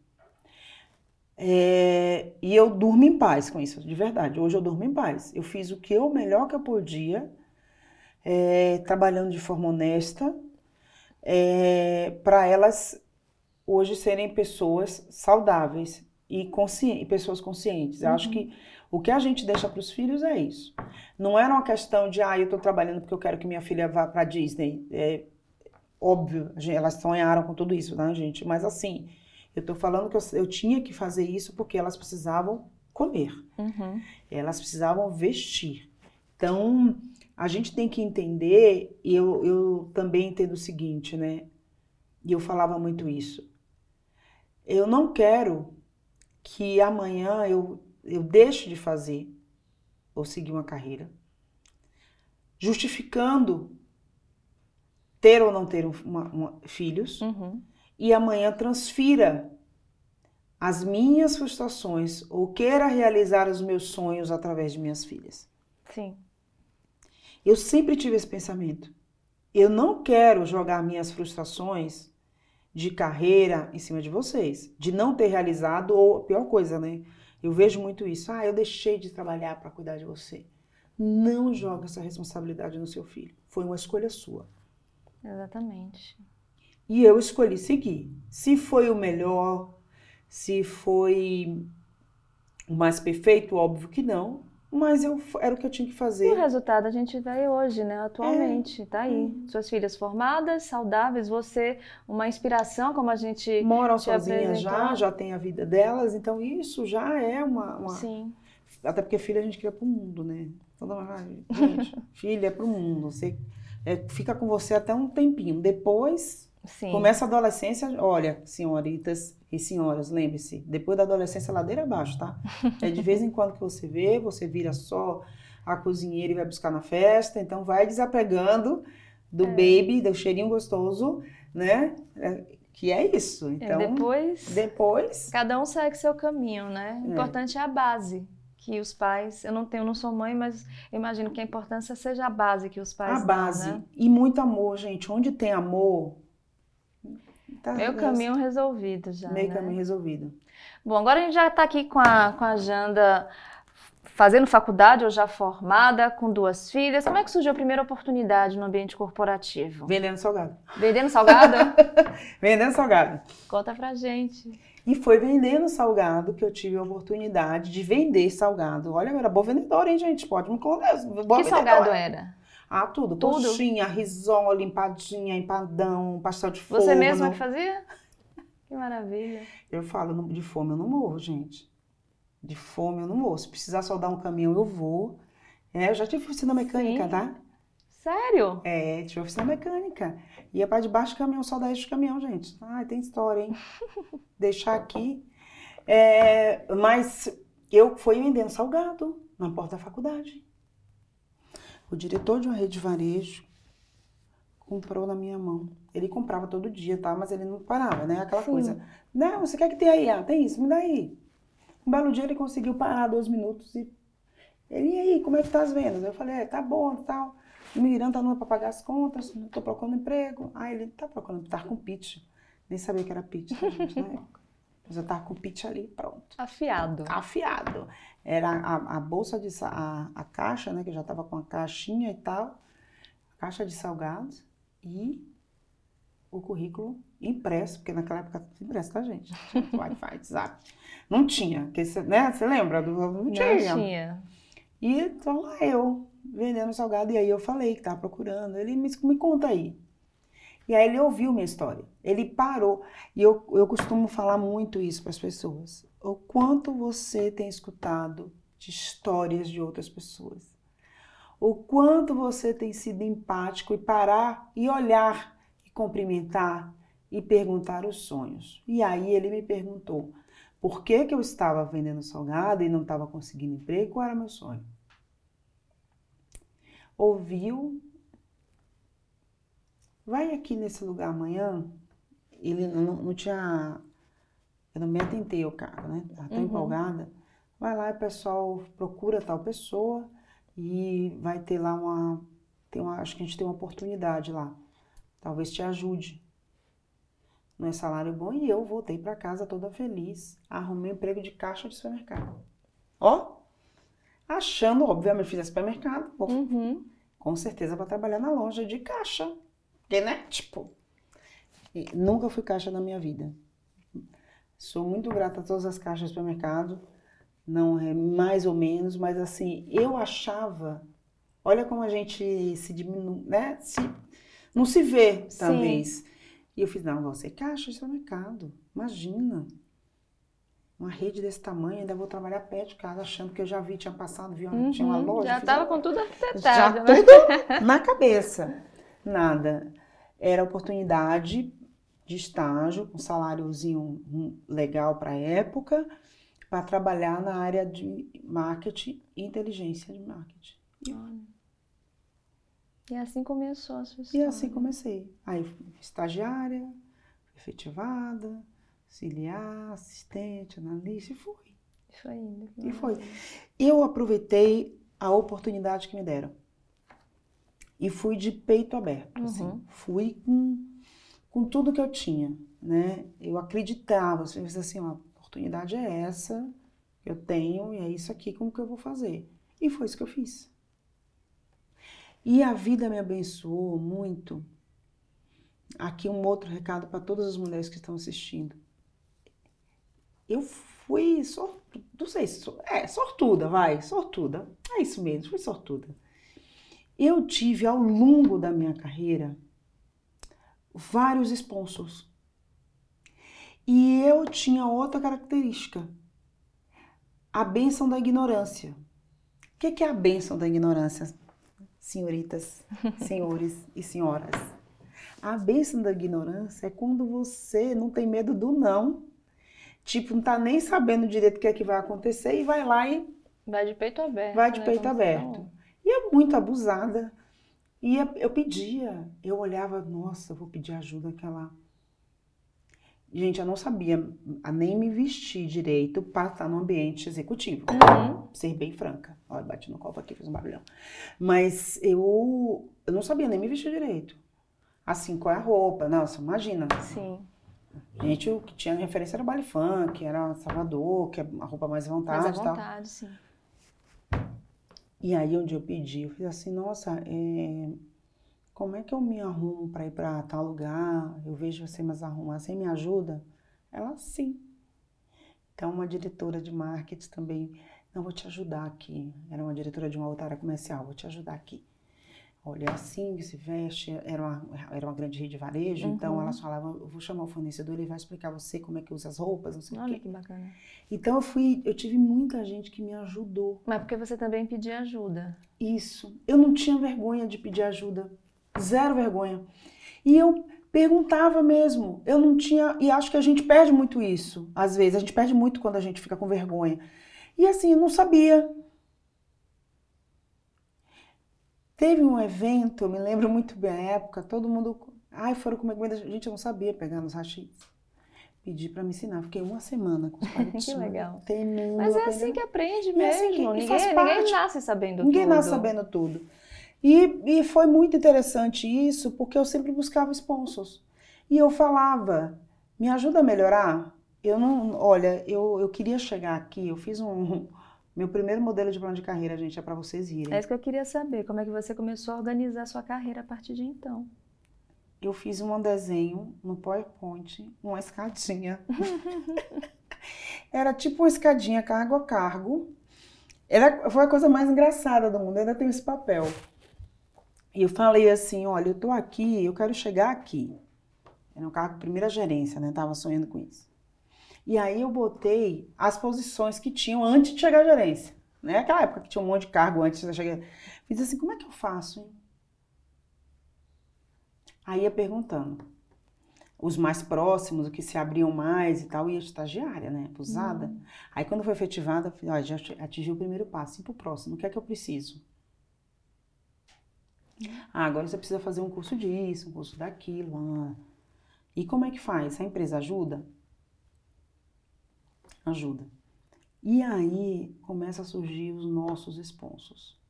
B: É, e eu durmo em paz com isso, de verdade. Hoje eu durmo em paz. Eu fiz o que eu, o melhor que eu podia, é, trabalhando de forma honesta, é, para elas hoje serem pessoas saudáveis e consci- pessoas conscientes. Eu uhum. acho que o que a gente deixa para os filhos é isso. Não era uma questão de, ah, eu estou trabalhando porque eu quero que minha filha vá para a Disney. É óbvio, elas sonharam com tudo isso, né, gente? Mas assim, eu estou falando que eu, eu tinha que fazer isso porque elas precisavam comer. Uhum. Elas precisavam vestir. Então, a gente tem que entender, e eu, eu também entendo o seguinte, né? E eu falava muito isso. Eu não quero que amanhã eu, eu deixe de fazer ou seguir uma carreira, justificando ter ou não ter uma, uma, filhos,
A: Uhum.
B: e amanhã transfira as minhas frustrações ou queira realizar os meus sonhos através de minhas filhas.
A: Sim.
B: Eu sempre tive esse pensamento. Eu não quero jogar minhas frustrações de carreira em cima de vocês, de não ter realizado, ou a pior coisa, né? Eu vejo muito isso. Ah, eu deixei de trabalhar para cuidar de você. Não joga essa responsabilidade no seu filho. Foi uma escolha sua.
A: Exatamente.
B: E eu escolhi seguir. Se foi o melhor, se foi o mais perfeito, óbvio que não. Mas eu, era o que eu tinha que fazer.
A: E o resultado a gente vê hoje, né? Atualmente, é. Tá aí. É. Suas filhas formadas, saudáveis, você uma inspiração, como a gente
B: moram sozinhas já, já tem a vida delas, então isso já é uma... uma...
A: Sim.
B: Até porque filha a gente cria pro mundo, né? Então, gente, filha é pro mundo. Você é, fica com você até um tempinho. Depois, Sim. começa a adolescência. Olha, senhoritas e senhoras, lembre-se, depois da adolescência, ladeira abaixo, tá? É de vez em quando que você vê, você vira só a cozinheira e vai buscar na festa, então vai desapegando do é. baby, do cheirinho gostoso, né? É, que é isso. Então,
A: é, depois,
B: depois...
A: Cada um segue seu caminho, né? O importante é. é a base. Que os pais, eu não tenho, não sou mãe, mas eu imagino que a importância seja a base que os pais
B: A base.
A: dão, né?
B: E muito amor, gente. Onde tem amor...
A: Tá, meio caminho resolvido já,
B: Meio
A: né?
B: caminho resolvido.
A: Bom, agora a gente já está aqui com a, com a Janda fazendo faculdade ou já formada, com duas filhas. Como é que surgiu a primeira oportunidade no ambiente corporativo?
B: Vendendo salgado.
A: Vendendo salgado?
B: Vendendo salgado.
A: Conta pra gente.
B: E foi vendendo salgado que eu tive a oportunidade de vender salgado. Olha, eu era boa vendedora, hein, gente? Pode me contar.
A: Que vendedora. Salgado era?
B: Ah, tudo. tudo. Coxinha, risole, empadinha, empadão, pastel de forno.
A: Você mesma que fazia? Que maravilha.
B: Eu falo, de fome eu não morro, gente. De fome eu não morro. Se precisar soldar um caminhão, eu vou. É, eu já tive oficina mecânica, Sim. tá?
A: Sério?
B: É, tive oficina mecânica. Ia para debaixo do caminhão, soldar esse caminhão, gente. Ai, tem história, hein? Deixar aqui. É, mas eu fui vendendo salgado na porta da faculdade. O diretor de uma rede de varejo comprou na minha mão. Ele comprava todo dia, tá? Mas ele não parava, né? Aquela Sim. coisa. Não, você quer que tenha aí? Ah, tem isso, me dá aí. Um belo dia ele conseguiu parar dois minutos e... Ele, e aí, como é que tá as vendas? Eu falei, é, tá bom e tal. O Miranda tá indo pra pagar as contas, tô procurando emprego. Ah, ele tá procurando, tá com pitch. Nem sabia que era pitch, tá, gente, na época. Mas eu tava com pitch ali, pronto.
A: Afiado.
B: Afiado. Era a, a bolsa de... A, a caixa, né? Que eu já tava com a caixinha e tal. Caixa de salgados e o currículo impresso, porque naquela época tudo impresso, tá, gente? Wi-Fi, WhatsApp. Não tinha, porque, né? Você lembra? Não, não tinha.
A: Não tinha.
B: E então lá eu, vendendo salgado, e aí eu falei que tava procurando. Ele me, me conta aí. E aí ele ouviu minha história. Ele parou. E eu, eu costumo falar muito isso para as pessoas. O quanto você tem escutado de histórias de outras pessoas. O quanto você tem sido empático e parar e olhar e cumprimentar e perguntar os sonhos. E aí ele me perguntou por que que eu estava vendendo salgado e não estava conseguindo emprego, qual era meu sonho. Ouviu, vai aqui nesse lugar amanhã, ele não, não tinha, eu não me atentei ao cara, né? Estava tão uhum. empolgada. Vai lá e o pessoal procura tal pessoa, e vai ter lá uma, tem uma, acho que a gente tem uma oportunidade lá. Talvez te ajude. Não é salário bom. E eu voltei para casa toda feliz. Arrumei um emprego de caixa de supermercado. Ó, achando, obviamente, fiz supermercado. Pô,
A: uhum.
B: Com certeza para trabalhar na loja de caixa. Porque, né, tipo, nunca fui caixa na minha vida. Sou muito grata a todas as caixas de supermercado. Não é mais ou menos, mas assim, eu achava, olha como a gente se diminui, né? Se, não se vê, talvez. Sim. E eu fiz, não, vou ser caixa de supermercado, imagina. Uma rede desse tamanho, ainda vou trabalhar perto de casa, achando que eu já vi, tinha passado, vi, uhum, tinha uma loja.
A: Já estava com tudo arquitetado.
B: Já
A: né?
B: tudo na cabeça. Nada. Era oportunidade de estágio, um saláriozinho legal para a época, para trabalhar na área de marketing e inteligência de marketing.
A: Olha. E assim começou a sua história.
B: E assim comecei. Aí fui estagiária, fui efetivada, auxiliar, assistente, analista, e fui.
A: Foi indo.
B: E foi. Eu aproveitei a oportunidade que me deram. E fui de peito aberto,
A: Uhum.
B: assim. Fui com, com tudo que eu tinha, né? Eu acreditava, assim, assim, ó, a oportunidade é essa, eu tenho, e é isso aqui, como que eu vou fazer? E foi isso que eu fiz. E a vida me abençoou muito. Aqui um outro recado para todas as mulheres que estão assistindo. Eu fui sortuda, não sei se é sortuda, vai, sortuda. É isso mesmo, fui sortuda. Eu tive ao longo da minha carreira vários sponsors. E eu tinha outra característica. A bênção da ignorância. O que é a bênção da ignorância, senhoritas, senhores e senhoras? A bênção da ignorância é quando você não tem medo do não. Tipo, não tá nem sabendo direito o que é que vai acontecer e vai lá e...
A: Vai de peito aberto.
B: Vai de
A: né,
B: peito aberto. E eu muito abusada. E eu pedia, eu olhava, nossa, eu vou pedir ajuda àquela... Gente, eu não sabia nem me vestir direito para estar no ambiente executivo.
A: Uhum.
B: Ser bem franca. Olha, bati no copo aqui, fiz um barulhão. Mas eu, eu não sabia nem me vestir direito. Assim, qual é a roupa? Nossa, imagina.
A: Sim.
B: Gente, o que tinha referência era baile funk, era Salvador, que é a roupa mais à vontade.
A: Mais à
B: e tal.
A: vontade, sim.
B: E aí, onde eu pedi, eu fiz assim, nossa, é... como é que eu me arrumo para ir para tal lugar? Eu vejo você mais arrumar, você me ajuda? Ela, sim. Então, uma diretora de marketing também, não, vou te ajudar aqui. Era uma diretora de uma outra área comercial, vou te ajudar aqui. Olha, assim que se veste, era uma, era uma grande rede de varejo, uhum. Então elas falavam, eu vou chamar o fornecedor, ele vai explicar você como é que usa as roupas, não sei o quê.
A: Olha que bacana.
B: Então eu fui, eu tive muita gente que me ajudou.
A: Mas porque você também pedia ajuda.
B: Isso. Eu não tinha vergonha de pedir ajuda. Zero vergonha. E eu perguntava mesmo. Eu não tinha, e acho que a gente perde muito isso, às vezes. A gente perde muito quando a gente fica com vergonha. E assim, eu não sabia. Teve um evento, eu me lembro muito bem a época, todo mundo... Ai, foram comer comida, gente, eu não sabia pegar nos rachis. Pedi pra me ensinar, fiquei uma semana com os palitos.
A: Que legal.
B: Tenho,
A: Mas é assim que aprende mesmo,
B: é assim que,
A: ninguém,
B: faz parte.
A: Ninguém nasce sabendo
B: ninguém
A: tudo.
B: Ninguém nasce sabendo tudo. E, e foi muito interessante isso, porque eu sempre buscava sponsors. E eu falava, me ajuda a melhorar? Eu não, olha, eu, eu queria chegar aqui, eu fiz um... Meu primeiro modelo de plano de carreira, gente, é para vocês irem.
A: É isso que eu queria saber, como é que você começou a organizar a sua carreira a partir de então?
B: Eu fiz um desenho no PowerPoint, uma escadinha. Era tipo uma escadinha cargo a cargo. Era, foi a coisa mais engraçada do mundo, eu ainda tenho esse papel. E eu falei assim, olha, eu tô aqui, eu quero chegar aqui. Era um cargo de primeira gerência, né? Tava sonhando com isso. E aí eu botei as posições que tinham antes de chegar à gerência. Né? Aquela época que tinha um monte de cargo antes de chegar. Fiz assim, como é que eu faço, hein? Aí ia perguntando. Os mais próximos, o que se abriam mais e tal, ia estagiária, né? Usada. Hum. Aí quando foi efetivada, eu falei, ó, já atingi o primeiro passo, e pro próximo, o que é que eu preciso? Hum. Ah, agora você precisa fazer um curso disso, um curso daquilo. Ah. E como é que faz? A empresa ajuda? Ajuda. E aí começa a surgir os nossos sponsors.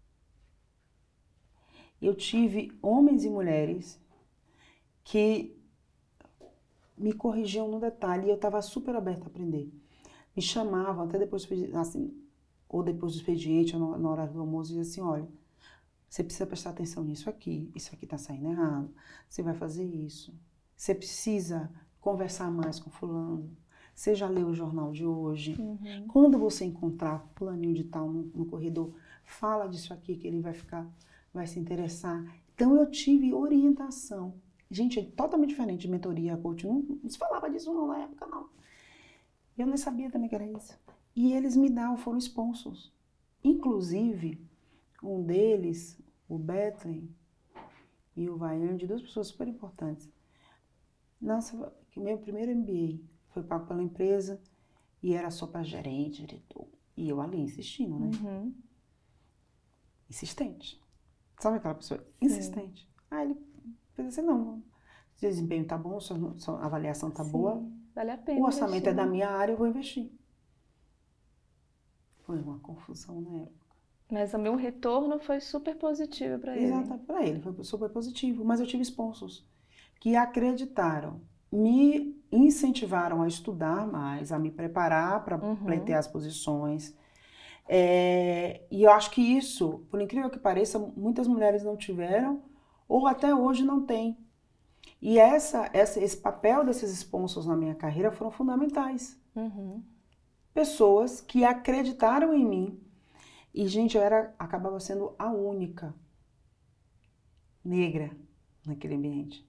B: Eu tive homens e mulheres que me corrigiam no detalhe e eu estava super aberta a aprender. Me chamavam até depois, assim, ou depois do expediente, ou na hora do almoço, e diziam assim, olha, você precisa prestar atenção nisso aqui, isso aqui está saindo errado, você vai fazer isso, você precisa conversar mais com fulano. Você já leu o jornal de hoje? Uhum. Quando você encontrar fulaninho de tal no, no corredor, fala disso aqui que ele vai ficar, vai se interessar. Então eu tive orientação. Gente, é totalmente diferente de mentoria, coach. Não, não se falava disso não na época, não. Eu nem sabia também que era isso. E eles me davam, foram sponsors. Inclusive, um deles, o Bethlen e o Vaiande, duas pessoas super importantes. Nossa, meu primeiro M B A foi pago pela empresa E era só para gerente, diretor. E eu ali insistindo, né?
A: Uhum.
B: Insistente. Sabe aquela pessoa insistente? Sim. Aí ele fez assim, não, o desempenho tá bom, sua, sua avaliação tá Sim, boa.
A: Vale a pena
B: o orçamento
A: investir.
B: é da minha área, eu vou investir. Foi uma confusão na época.
A: Mas também o retorno foi super positivo para ele.
B: Exato, para ele foi super positivo. Mas eu tive sponsors que acreditaram, me incentivaram a estudar mais, a me preparar para uhum. pleitear as posições. É, e eu acho que isso, por incrível que pareça, muitas mulheres não tiveram, ou até hoje não têm. E essa, essa, esse papel desses sponsors na minha carreira foram fundamentais.
A: Uhum.
B: Pessoas que acreditaram em mim. E, gente, eu era, acabava sendo a única negra naquele ambiente.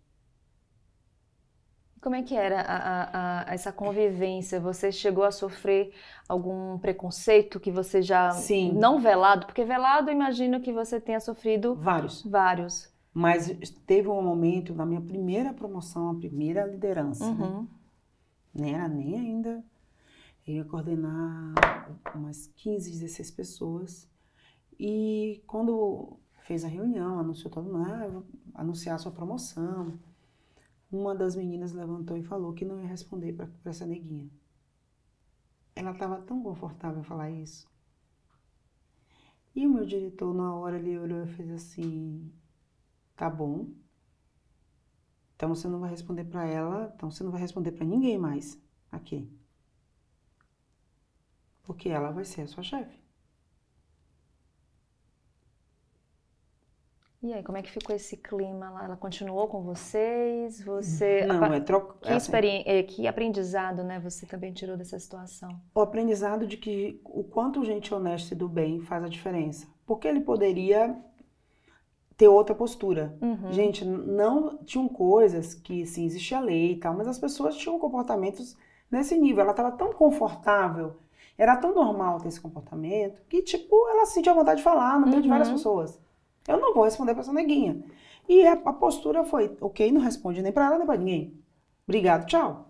A: Como é que era a, a, a, essa convivência? Você chegou a sofrer algum preconceito que você já...
B: Sim.
A: Não velado? Porque velado, imagino que você tenha sofrido...
B: Vários.
A: Vários.
B: Mas teve um momento, na minha primeira promoção, a primeira liderança,
A: uhum.
B: né? Nem era nem ainda... Eu ia coordenar umas quinze, dezesseis pessoas. E quando fez a reunião, anunciou todo mundo, ah, eu vou anunciar a sua promoção. Uma das meninas levantou e falou que não ia responder para essa neguinha. Ela estava tão confortável em falar isso. E o meu diretor, na hora, ele olhou e fez assim, tá bom. Então você não vai responder para ela, então você não vai responder para ninguém mais aqui. Porque ela vai ser a sua chefe.
A: E aí, como é que ficou esse clima lá? Ela continuou com vocês? Você...
B: Não, é troca...
A: Que, experi... que aprendizado, né, você também tirou dessa situação?
B: O aprendizado de que o quanto gente honesta e do bem faz a diferença. Porque ele poderia ter outra postura.
A: Uhum.
B: Gente, não... Tinham coisas que, sim, existia lei e tal, mas as pessoas tinham comportamentos nesse nível. Ela estava tão confortável... Era tão normal ter esse comportamento que, tipo, ela sentia vontade de falar no meio uhum. de várias pessoas. Eu não vou responder pra essa neguinha. E a, a postura foi, ok, não responde nem pra ela nem pra ninguém. Obrigado, tchau.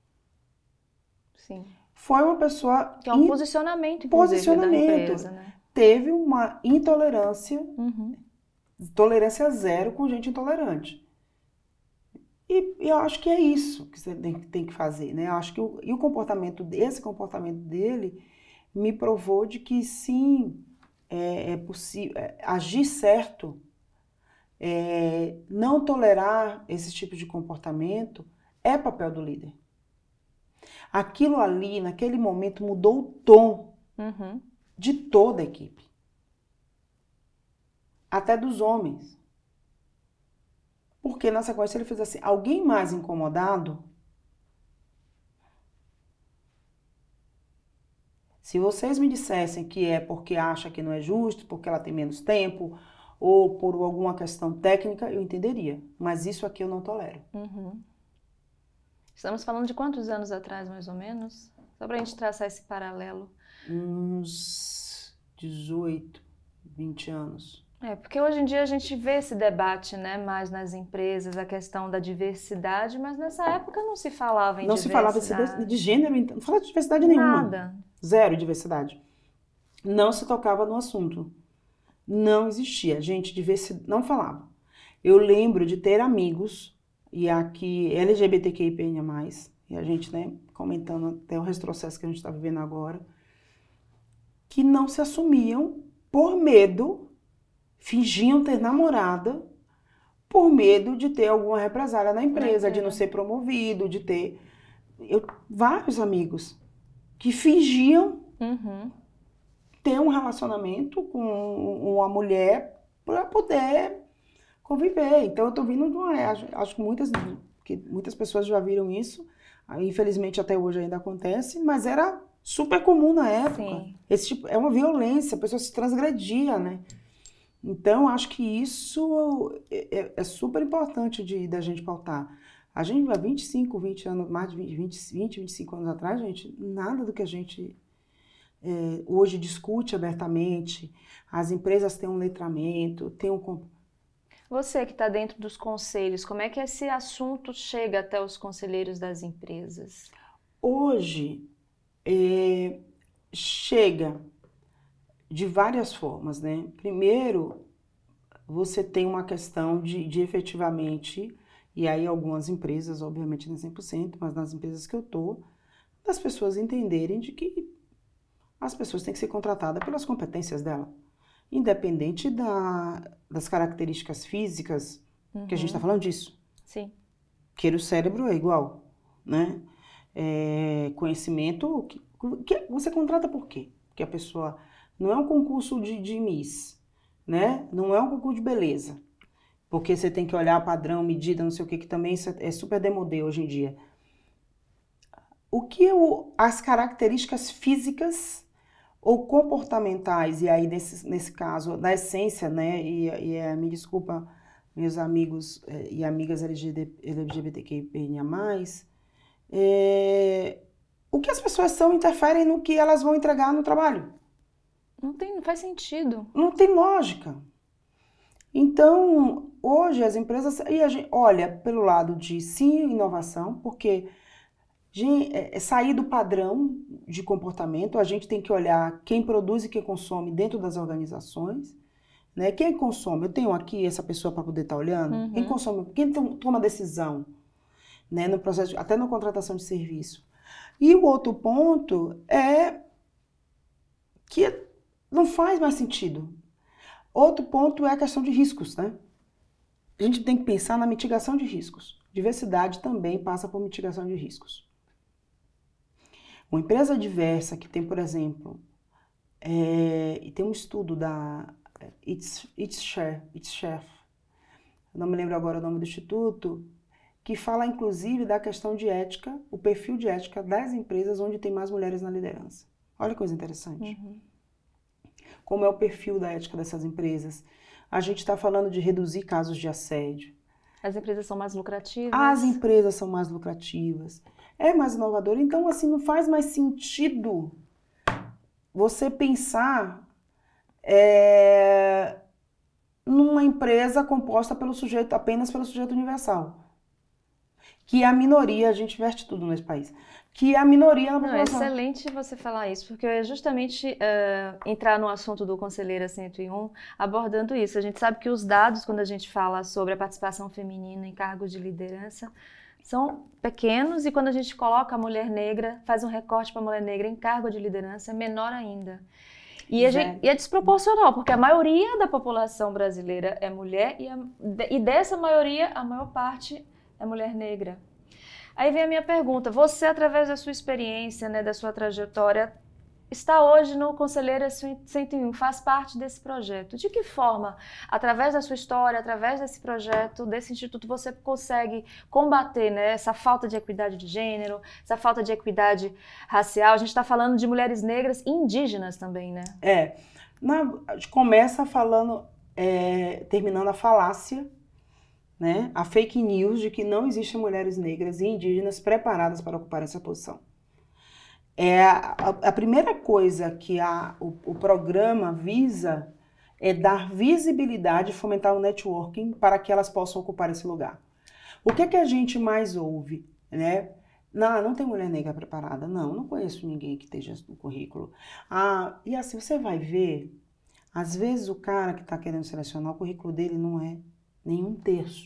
A: Sim.
B: Foi uma pessoa...
A: Que é um in... posicionamento, inclusive,
B: posicionamento.
A: da empresa, né?
B: Teve uma intolerância,
A: uhum.
B: tolerância zero com gente intolerante. E eu acho que é isso que você tem, tem que fazer, né? Eu acho que o, e o comportamento, esse comportamento dele me provou de que sim, é, é possível é, agir certo, é, não tolerar esse tipo de comportamento é papel do líder. Aquilo ali, naquele momento, mudou o tom
A: uhum.
B: de toda a equipe. Até dos homens. Porque na sequência ele fez assim, alguém mais incomodado? Se vocês me dissessem que é porque acha que não é justo, porque ela tem menos tempo, ou por alguma questão técnica, eu entenderia. Mas isso aqui eu não tolero.
A: Uhum. Estamos falando de quantos anos atrás, mais ou menos? Só pra gente traçar esse paralelo.
B: Uns dezoito, vinte anos.
A: É, porque hoje em dia a gente vê esse debate, né, mais nas empresas, a questão da diversidade, mas nessa época não se falava em
B: não
A: diversidade.
B: Não se falava de gênero, não falava de diversidade nenhuma.
A: Nada.
B: Zero diversidade. Não se tocava no assunto. Não existia. Gente, diversidade, não falava. Eu lembro de ter amigos, e aqui L G B T Q I P N A mais, e a gente, né, comentando até o retrocesso que a gente está vivendo agora, que não se assumiam por medo, fingiam ter namorada por medo de ter alguma represália na empresa, de não ser promovido, de ter... Eu, vários amigos que fingiam
A: uhum.
B: ter um relacionamento com uma mulher para poder conviver. Então, eu tô vindo de uma... Acho, acho que muitas, que muitas pessoas já viram isso. Infelizmente, até hoje ainda acontece, mas era super comum na época.
A: Sim.
B: Esse tipo, é uma violência, a pessoa se transgredia, né? Então, acho que isso é, é super importante de, da gente pautar. A gente, há vinte e cinco, vinte anos, mais de vinte, vinte, vinte e cinco anos atrás, gente, nada do que a gente é, hoje discute abertamente. As empresas têm um letramento, têm um...
A: Você que está dentro dos conselhos, como é que esse assunto chega até os conselheiros das empresas?
B: Hoje, É, chega de várias formas, né? Primeiro, você tem uma questão de, de efetivamente, e aí algumas empresas, obviamente não é cem por cento, mas nas empresas que eu tô, das pessoas entenderem de que as pessoas têm que ser contratadas pelas competências dela, independente da, das características físicas,
A: Uhum.
B: que a gente está falando disso.
A: Sim.
B: Que o cérebro é igual, né? É, conhecimento, que, que você contrata por quê? Porque a pessoa não é um concurso de, de Miss, né? Não é um concurso de beleza, porque você tem que olhar padrão, medida, não sei o que, que também é super demodê hoje em dia. O que o, as características físicas ou comportamentais, e aí nesse, nesse caso, na essência, né? E, e é, me desculpa, meus amigos e amigas L G B T Q I A mais, é, o que as pessoas são interferem no que elas vão entregar no trabalho.
A: Não tem, não faz sentido.
B: Não tem lógica. Então, hoje as empresas, e a gente olha pelo lado de sim inovação, porque de, é, sair do padrão de comportamento, a gente tem que olhar quem produz e quem consome dentro das organizações. Né? Quem consome? Eu tenho aqui essa pessoa para poder estar olhando.
A: Uhum.
B: Quem consome? Quem toma decisão? Né? No processo, até na contratação de serviço. E o outro ponto é que não faz mais sentido. Outro ponto é a questão de riscos, né? A gente tem que pensar na mitigação de riscos. Diversidade também passa por mitigação de riscos. Uma empresa diversa que tem, por exemplo, é, e tem um estudo da It's, It's Share, It's Chef, não me lembro agora o nome do instituto, que fala inclusive da questão de ética, o perfil de ética das empresas onde tem mais mulheres na liderança. Olha que coisa interessante.
A: Uhum.
B: Como é o perfil da ética dessas empresas. A gente está falando de reduzir casos de assédio.
A: As empresas são mais lucrativas.
B: As empresas são mais lucrativas. É mais inovador. Então, assim, não faz mais sentido você pensar é, numa empresa composta pelo sujeito, apenas pelo sujeito universal. Que a minoria, a gente veste tudo nesse país, que a minoria na população.
A: Não, é excelente você falar isso, porque eu ia justamente uh, entrar no assunto do Conselheira cento e um, abordando isso. A gente sabe que os dados, quando a gente fala sobre a participação feminina em cargos de liderança, são pequenos, e quando a gente coloca a mulher negra, faz um recorte para a mulher negra em cargo de liderança, é menor ainda. E, a gente, e é desproporcional, porque a maioria da população brasileira é mulher, e, a, e dessa maioria, a maior parte é mulher negra. Aí vem a minha pergunta, você, através da sua experiência, né, da sua trajetória, está hoje no Conselheira cento e um, faz parte desse projeto. De que forma, através da sua história, através desse projeto, desse instituto, você consegue combater, né, essa falta de equidade de gênero, essa falta de equidade racial? A gente está falando de mulheres negras e indígenas também, né?
B: É, na, a gente começa falando, é, terminando a falácia, né, a fake news de que não existem mulheres negras e indígenas preparadas para ocupar essa posição. É a, a primeira coisa que a, o, o programa visa é dar visibilidade e fomentar o networking para que elas possam ocupar esse lugar. O que é que a gente mais ouve, né? Não, não tem mulher negra preparada. Não, não conheço ninguém que esteja no currículo. Ah, e assim, você vai ver, às vezes o cara que está querendo selecionar, o currículo dele não é nenhum terço.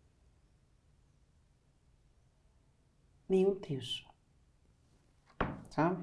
B: Nenhum terço. Sabe?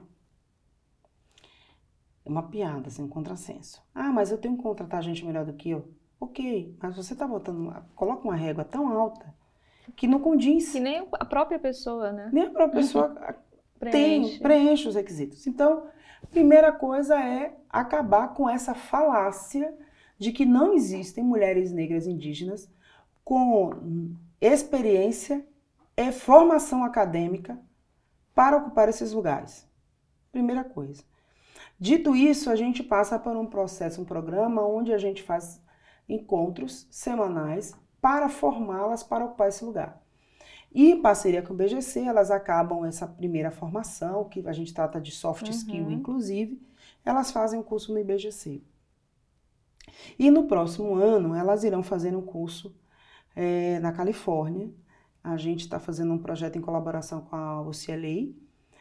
B: É uma piada, assim, um contrassenso. Ah, mas eu tenho que contratar gente melhor do que eu. Ok, mas você tá botando, coloca uma régua tão alta que não condiz.
A: Que nem a própria pessoa, né?
B: Nem a própria pessoa
A: preenche.
B: tem, preenche os requisitos. Então, a primeira coisa é acabar com essa falácia de que não existem mulheres negras indígenas com experiência e formação acadêmica para ocupar esses lugares. Primeira coisa. Dito isso, a gente passa por um processo, um programa onde a gente faz encontros semanais para formá-las para ocupar esse lugar. E em parceria com o B G C, elas acabam essa primeira formação, que a gente trata de soft skill, uhum. inclusive, elas fazem o curso no I B G C. E no próximo ano, elas irão fazer um curso é, na Califórnia. A gente está fazendo um projeto em colaboração com a U C L A,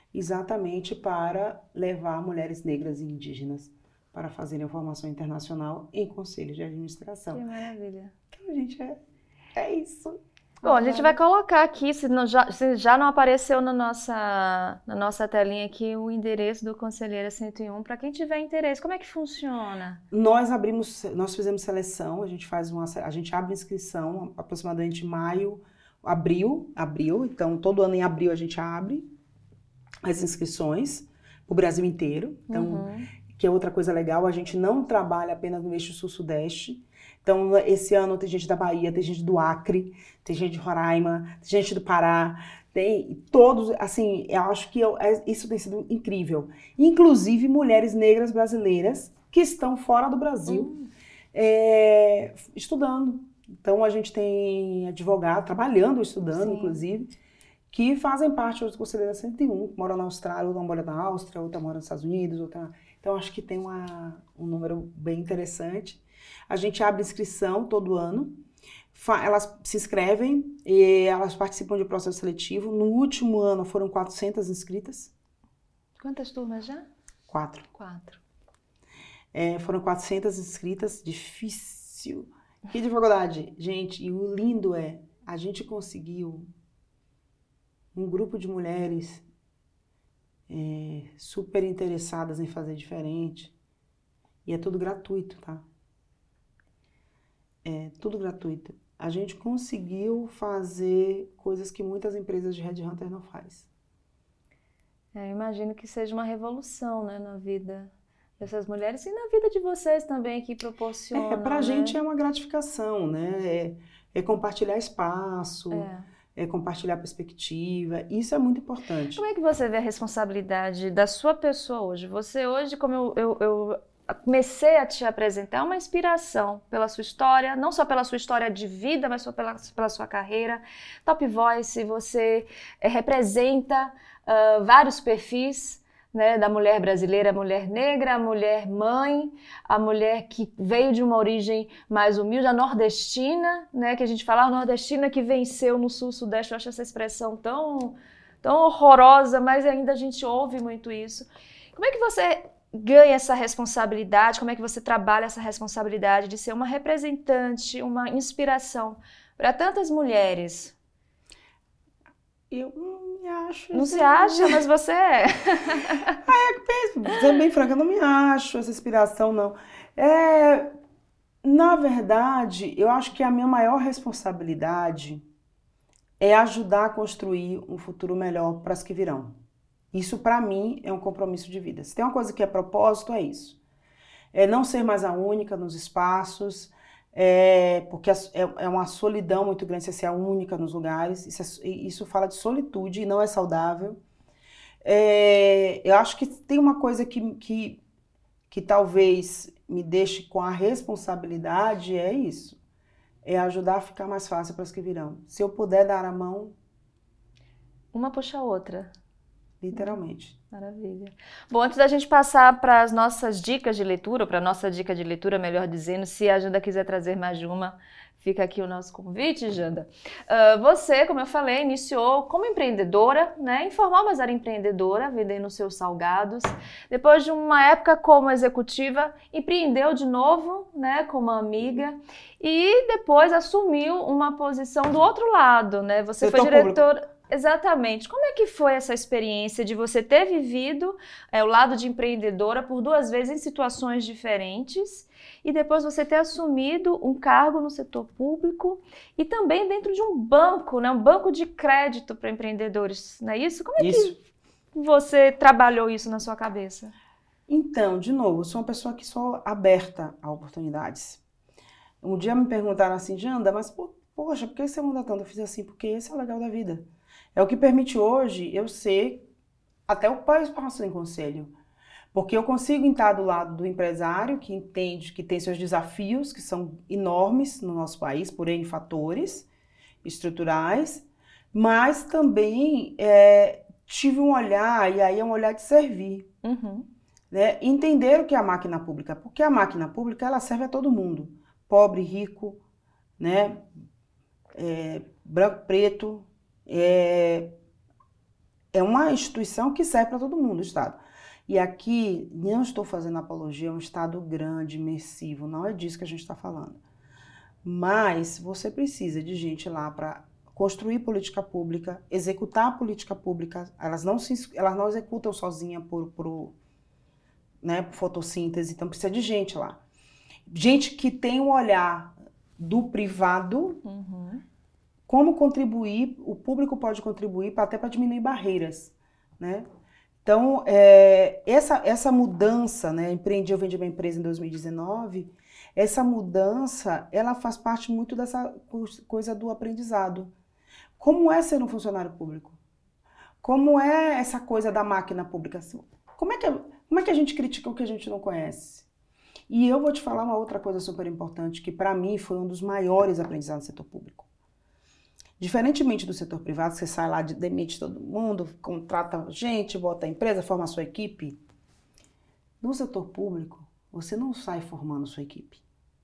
B: exatamente para levar mulheres negras e indígenas para fazerem a formação internacional em conselhos de administração.
A: Que maravilha.
B: Então, gente, é, é isso.
A: Bom, a gente vai colocar aqui, se, não, já, se já não apareceu na nossa, na nossa telinha aqui, o endereço do Conselheira cento e um, para quem tiver interesse. Como é que funciona?
B: Nós abrimos, nós fizemos seleção, a gente faz uma, a gente abre inscrição aproximadamente em maio, abril, abril, então todo ano em abril a gente abre as inscrições para o Brasil inteiro. Então, uhum. que é outra coisa legal, a gente não trabalha apenas no eixo sul-sudeste. Então, esse ano tem gente da Bahia, tem gente do Acre, tem gente de Roraima, tem gente do Pará, tem todos, assim, eu acho que eu, isso tem sido incrível. Inclusive, mulheres negras brasileiras que estão fora do Brasil, uhum. é, estudando. Então, a gente tem advogado, trabalhando, estudando, Sim. inclusive, que fazem parte hoje do Conselheira cento e um, moram na Austrália, outra mora na Áustria, outra mora nos Estados Unidos, outra... Então, acho que tem uma, um número bem interessante. A gente abre inscrição todo ano, elas se inscrevem e elas participam de um processo seletivo. No último ano foram quatrocentas inscritas.
A: Quantas turmas já?
B: Quatro.
A: Quatro.
B: É, foram quatrocentas inscritas, difícil. Que dificuldade, gente. E o lindo é, a gente conseguiu um grupo de mulheres é, super interessadas em fazer diferente. E é tudo gratuito, tá? É tudo gratuito. A gente conseguiu fazer coisas que muitas empresas de headhunter não fazem.
A: É, eu imagino que seja uma revolução, né, na vida dessas mulheres e na vida de vocês também, que proporcionam.
B: É, pra
A: né?
B: gente é uma gratificação, né? É, é compartilhar espaço,
A: é.
B: é compartilhar perspectiva. Isso é muito importante.
A: Como é que você vê a responsabilidade da sua pessoa hoje? Você hoje, como eu... eu, eu... comecei a te apresentar uma inspiração pela sua história, não só pela sua história de vida, mas só pela, pela sua carreira. Top Voice, você é, representa uh, vários perfis, né, da mulher brasileira, a mulher negra, a mulher mãe, a mulher que veio de uma origem mais humilde, a nordestina, né, que a gente fala, a nordestina que venceu no sul-sudeste. Eu acho essa expressão tão, tão horrorosa, mas ainda a gente ouve muito isso. Como é que você ganha essa responsabilidade, como é que você trabalha essa responsabilidade de ser uma representante, uma inspiração para tantas mulheres?
B: Eu não me acho.
A: Não se acha, mas você é.
B: ah, é sendo bem franca, eu não me acho essa inspiração, não. É, na verdade, eu acho que a minha maior responsabilidade é ajudar a construir um futuro melhor para as que virão. Isso, para mim, é um compromisso de vida. Se tem uma coisa que é propósito, é isso. É não ser mais a única nos espaços, é, porque é, é uma solidão muito grande você ser a única nos lugares. Isso, é, isso fala de solitude e não é saudável. É, eu acho que tem uma coisa que, que, que talvez me deixe com a responsabilidade, é isso. É ajudar a ficar mais fácil para as que virão. Se eu puder dar a mão...
A: Uma puxa a outra.
B: Literalmente.
A: Maravilha. Bom, antes da gente passar para as nossas dicas de leitura, para a nossa dica de leitura, melhor dizendo, se a Janda quiser trazer mais de uma, fica aqui o nosso convite, Janda. Uh, você, como eu falei, iniciou como empreendedora, né? Informal, mas era empreendedora, vendendo seus salgados. Depois de uma época como executiva, empreendeu de novo, né? Como amiga. E depois assumiu uma posição do outro lado, né? Você foi diretora... Exatamente. Como é que foi essa experiência de você ter vivido é, o lado de empreendedora por duas vezes em situações diferentes e depois você ter assumido um cargo no setor público e também dentro de um banco, né? Um banco de crédito para empreendedores, não é isso? Como é
B: isso.
A: que você trabalhou isso na sua cabeça?
B: Então, de novo, eu sou uma pessoa que sou aberta a oportunidades. Um dia me perguntaram assim, Janda, mas poxa, por que você muda tanto? Eu fiz assim, porque esse é o legal da vida. É o que permite hoje eu ser até ocupar o espaço em conselho. Porque eu consigo estar do lado do empresário que entende que tem seus desafios, que são enormes no nosso país, por N fatores estruturais, mas também é, tive um olhar, e aí é um olhar de servir.
A: Uhum.
B: Né? Entender o que é a máquina pública, porque a máquina pública ela serve a todo mundo, pobre, rico, né? é, branco, preto, É, é uma instituição que serve para todo mundo, o Estado. E aqui, não estou fazendo apologia, é um Estado grande, imersivo, não é disso que a gente está falando. Mas você precisa de gente lá para construir política pública, executar política pública. Elas não, se, elas não executam sozinha por, por, né, por fotossíntese, então precisa de gente lá. Gente que tem um olhar do privado, uhum. como contribuir, o público pode contribuir pra, até para diminuir barreiras, né? Então, é, essa, essa mudança, né, empreendi, eu vendi minha empresa em dois mil e dezenove, essa mudança, ela faz parte muito dessa coisa do aprendizado. Como é ser um funcionário público? Como é essa coisa da máquina pública? Como é que, como é que a gente critica o que a gente não conhece? E eu vou te falar uma outra coisa super importante, que para mim foi um dos maiores aprendizados do setor público. Diferentemente do setor privado, você sai lá, demite todo mundo, contrata gente, bota a empresa, forma a sua equipe. No setor público, você não sai formando sua equipe.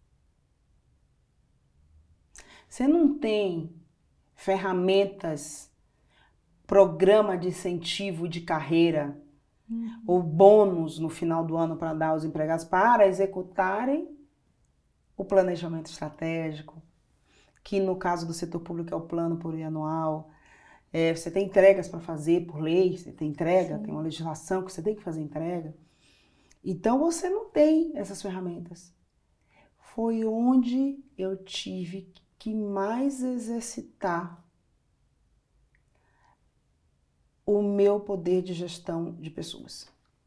B: Você não tem ferramentas, programa de incentivo de carreira, uhum. ou bônus no final do ano para dar aos empregados para executarem o planejamento estratégico, que no caso do setor público é o plano plurianual. É, você tem entregas para fazer por lei, você tem entrega, Sim. tem uma legislação que você tem que fazer entrega. Então você não tem essas ferramentas. Foi onde eu tive que mais exercitar o meu poder de gestão de pessoas.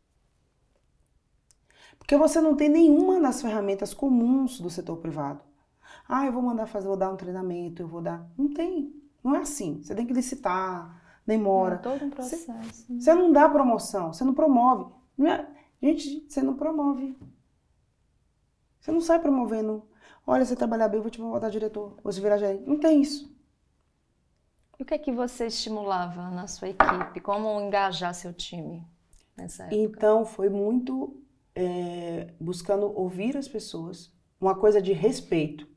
B: Porque você não tem nenhuma das ferramentas comuns do setor privado. Ah, eu vou mandar fazer, vou dar um treinamento, eu vou dar... Não tem, não é assim. Você tem que licitar, demora.
A: É todo um processo.
B: Você, né? Você não dá promoção, você não promove. Não é, gente, você não promove. Você não sai promovendo. Olha, você trabalhar bem, eu vou te botar diretor, você virar gerente. Não tem isso.
A: E o que é que você estimulava na sua equipe? Como engajar seu time nessa época?
B: Então, foi muito é, buscando ouvir as pessoas, uma coisa de respeito.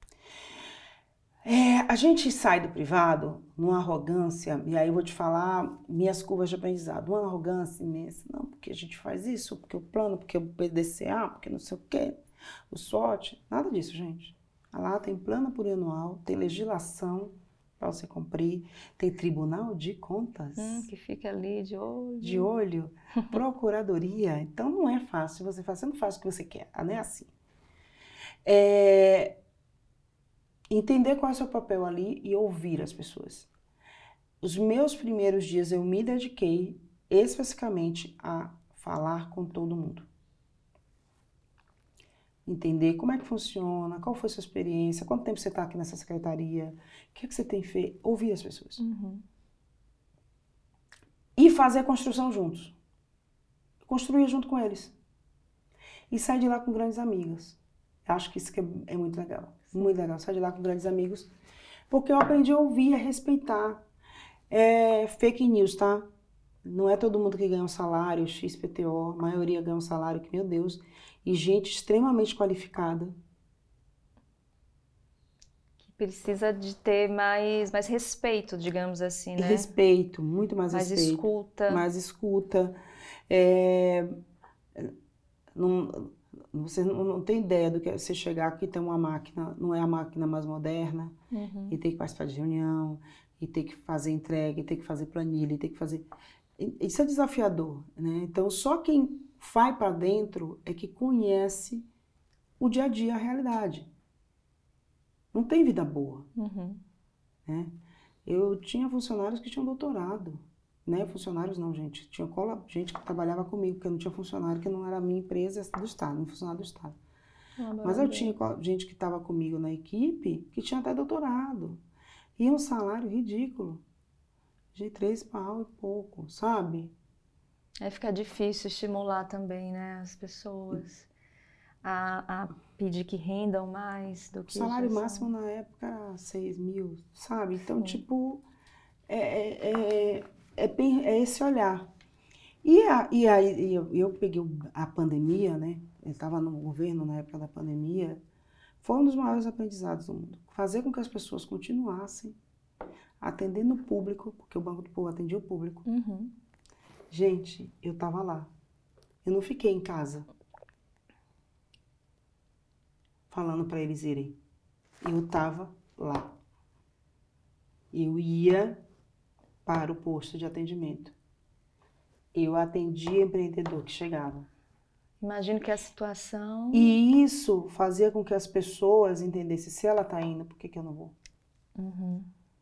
B: É, a gente sai do privado numa arrogância, e aí eu vou te falar minhas curvas de aprendizado, uma arrogância imensa, não, porque a gente faz isso, porque o plano, porque o B D C A, porque não sei o quê, o SWOT, nada disso, gente. Lá tem plano plurianual, tem legislação para você cumprir, tem tribunal de contas.
A: Hum, que fica ali de olho.
B: De olho, procuradoria, então não é fácil você fazer, você não faz o que você quer, não é assim. É... Entender qual é o seu papel ali e ouvir as pessoas. Os meus primeiros dias eu me dediquei especificamente a falar com todo mundo. Entender como é que funciona, qual foi a sua experiência, quanto tempo você está aqui nessa secretaria, o que, é que você tem feito, ouvir as pessoas.
A: Uhum.
B: E fazer a construção juntos. Construir junto com eles. E sair de lá com grandes amigas. Acho que isso que é, é muito legal. Muito legal, sair de lá com grandes amigos, porque eu aprendi a ouvir, a respeitar. É fake news, tá? Não é todo mundo que ganha um salário, X P T O, a maioria ganha um salário que, meu Deus, e gente extremamente qualificada.
A: Que precisa de ter mais, mais respeito, digamos assim, né?
B: Respeito, muito mais,
A: mais
B: respeito.
A: Mais escuta.
B: Mais escuta. É... Não... Você não tem ideia do que é você chegar aqui e ter uma máquina, não é a máquina mais moderna, uhum. e ter que participar de reunião, e ter que fazer entrega, e ter que fazer planilha, e ter que fazer... Isso é desafiador, né? Então, só quem vai para dentro é que conhece o dia a dia, a realidade. Não tem vida boa,
A: uhum.
B: né? Eu tinha funcionários que tinham doutorado. Né? Funcionários não, gente. Tinha cola, gente que trabalhava comigo, porque eu não tinha funcionário que não era a minha empresa do Estado, não funcionário do Estado. Ah, mas eu tinha gente que estava comigo na equipe que tinha até doutorado. E um salário ridículo. De três pau e pouco, sabe?
A: Aí fica difícil estimular também, né, as pessoas a, a pedir que rendam mais do que...
B: O salário máximo na época era seis mil, sabe? Então, Sim. tipo, é... é, é É, bem, é esse olhar. E aí eu, eu peguei a pandemia, né? Eu estava no governo na época da pandemia. Foi um dos maiores aprendizados do mundo. Fazer com que as pessoas continuassem atendendo o público, porque o Banco do Povo atendia o público.
A: Uhum.
B: Gente, eu tava lá. Eu não fiquei em casa falando para eles irem. Eu tava lá. Eu ia para o posto de atendimento. Eu atendia empreendedor que chegava.
A: Imagino que a situação...
B: E isso fazia com que as pessoas entendessem, se ela tá indo, por que que eu não vou?
A: Uhum.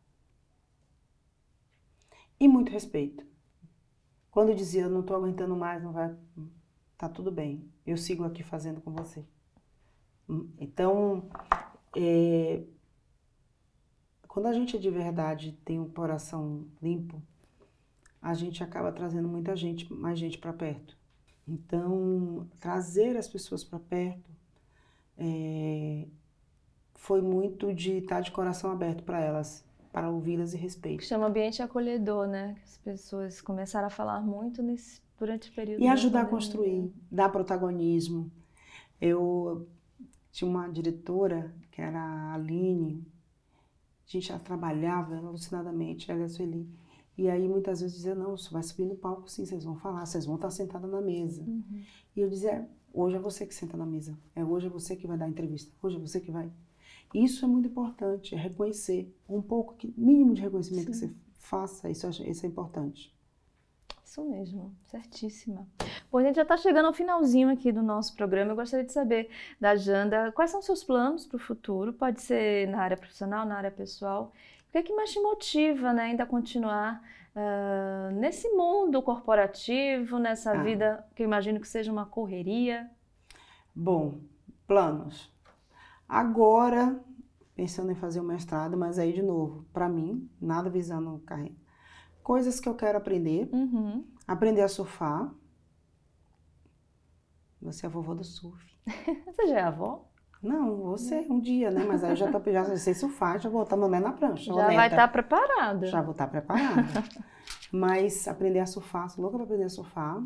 B: E muito respeito. Quando eu dizia, eu não tô aguentando mais, não vai... Tá tudo bem, eu sigo aqui fazendo com você. Então, é... quando a gente de verdade tem um coração limpo, a gente acaba trazendo muita gente, mais gente para perto. Então, trazer as pessoas para perto é... foi muito de estar de coração aberto para elas, para ouvi-las e respeito.
A: Chama ambiente acolhedor, né? As pessoas começaram a falar muito nesse, durante o período.
B: E ajudar a construir, dar protagonismo. Eu tinha uma diretora, que era a Aline, a gente já trabalhava alucinadamente, ela e a Sueli. E aí muitas vezes dizia, não, você vai subir no palco sim, vocês vão falar, vocês vão estar sentada na mesa. Uhum. E eu dizia, hoje é você que senta na mesa, é hoje é você que vai dar a entrevista, hoje é você que vai. Isso é muito importante, é reconhecer, um pouco, mínimo de reconhecimento Sim. que você faça, isso, isso é importante.
A: Isso mesmo, certíssima. Bom, a gente já está chegando ao finalzinho aqui do nosso programa. Eu gostaria de saber da Janda, quais são os seus planos para o futuro? Pode ser na área profissional, na área pessoal. O que é que mais te motiva, né, ainda a continuar uh, nesse mundo corporativo, nessa ah. vida que eu imagino que seja uma correria?
B: Bom, planos. Agora, pensando em fazer o mestrado, mas aí de novo, para mim, nada visando carreira. Coisas que eu quero aprender, uhum. aprender a surfar. Você é a vovó do surf.
A: Você já é avó?
B: Não, você um dia, né? Mas aí eu já, tô, já sei surfar, já vou botar meu pé na prancha.
A: Já vai estar tá preparada.
B: Já vou estar tá preparada. Mas aprender a surfar, sou louca para aprender a surfar.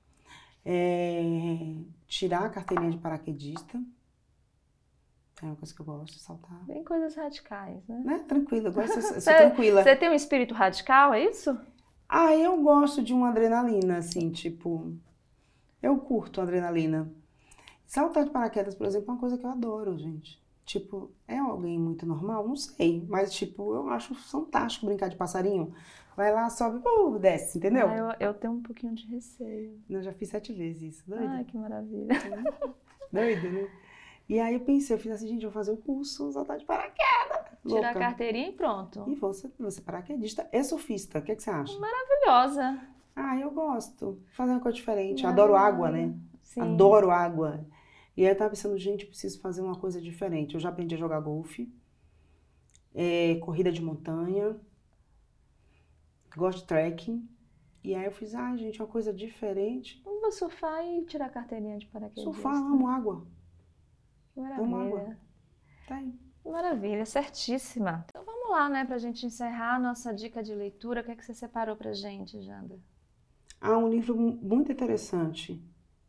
B: É, tirar a carteirinha de paraquedista. É uma coisa que eu gosto de saltar.
A: Bem coisas radicais, né?
B: né? Tranquila, eu gosto de ser, ser tranquila.
A: Você tem um espírito radical, é isso?
B: Ah, eu gosto de uma adrenalina, assim, tipo... Eu curto adrenalina. Saltar de paraquedas, por exemplo, é uma coisa que eu adoro, gente. Tipo, é alguém muito normal? Não sei. Mas, tipo, eu acho fantástico brincar de passarinho. Vai lá, sobe, uh, desce, entendeu?
A: Ah, eu, eu tenho um pouquinho de receio.
B: Eu já fiz sete vezes isso, doido.
A: Ai, que maravilha.
B: Doido, né? E aí eu pensei, eu fiz assim, gente, eu vou fazer o curso, saltar de paraquedas.
A: Tirar a carteirinha e pronto.
B: E você, você paraquedista e surfista, o que, é que você acha?
A: Maravilhosa.
B: Ah, eu gosto. Fazer uma coisa diferente. Adoro água, né?
A: Sim.
B: Adoro água. E aí eu tava pensando, gente, preciso fazer uma coisa diferente. Eu já aprendi a jogar golfe, é, corrida de montanha, gosto de trekking. E aí eu fiz, ah, gente, uma coisa diferente.
A: Vamos surfar e tirar a carteirinha de paraquedista.
B: Surfar, amo água.
A: Que maravilha.
B: Tá aí.
A: Maravilha, certíssima. Então vamos lá, né, pra gente encerrar a nossa dica de leitura. O que é que você separou pra gente, Janda?
B: Há um livro muito interessante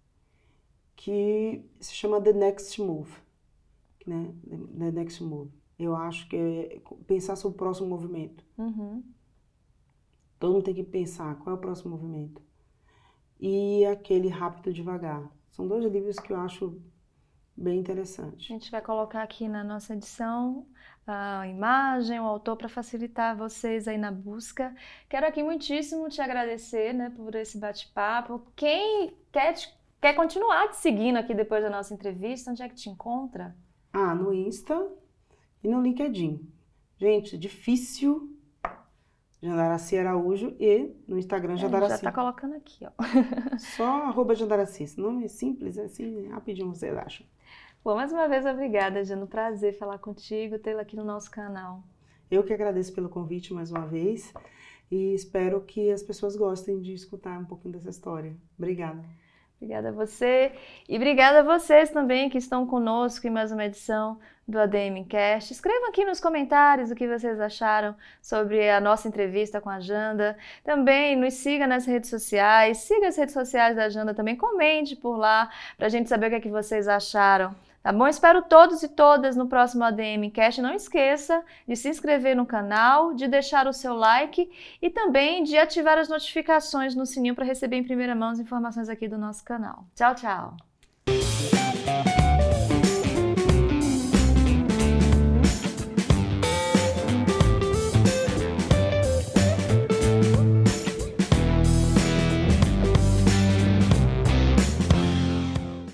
B: que se chama The Next Move, né? The Next Move. Eu acho que é pensar sobre o próximo movimento. Uhum. Todo mundo tem que pensar qual é o próximo movimento. E aquele Rápido e Devagar. São dois livros que eu acho bem interessante.
A: A gente vai colocar aqui na nossa edição a imagem, o autor, para facilitar vocês aí na busca. Quero aqui muitíssimo te agradecer, né, por esse bate-papo. Quem quer, te, quer continuar te seguindo aqui depois da nossa entrevista, onde é que te encontra?
B: Ah, no Insta e no LinkedIn. Gente, difícil... Jandaracy Araújo e no Instagram Jandaracy.
A: Já tá colocando aqui, ó.
B: Só arroba Jandaracy. Esse nome é simples, assim, rapidinho vocês acham.
A: Bom, mais uma vez, obrigada, Jana. Um prazer falar contigo, tê-la aqui no nosso canal.
B: Eu que agradeço pelo convite mais uma vez e espero que as pessoas gostem de escutar um pouquinho dessa história. Obrigada.
A: Obrigada a você e obrigada a vocês também que estão conosco em mais uma edição do ADMcast. Escrevam aqui nos comentários o que vocês acharam sobre a nossa entrevista com a Janda. Também nos siga nas redes sociais, siga as redes sociais da Janda também, comente por lá para a gente saber o que é que vocês acharam Tá bom? Espero todos e todas no próximo A D M Cast. Não esqueça de se inscrever no canal, de deixar o seu like e também de ativar as notificações no sininho para receber em primeira mão as informações aqui do nosso canal. Tchau, tchau!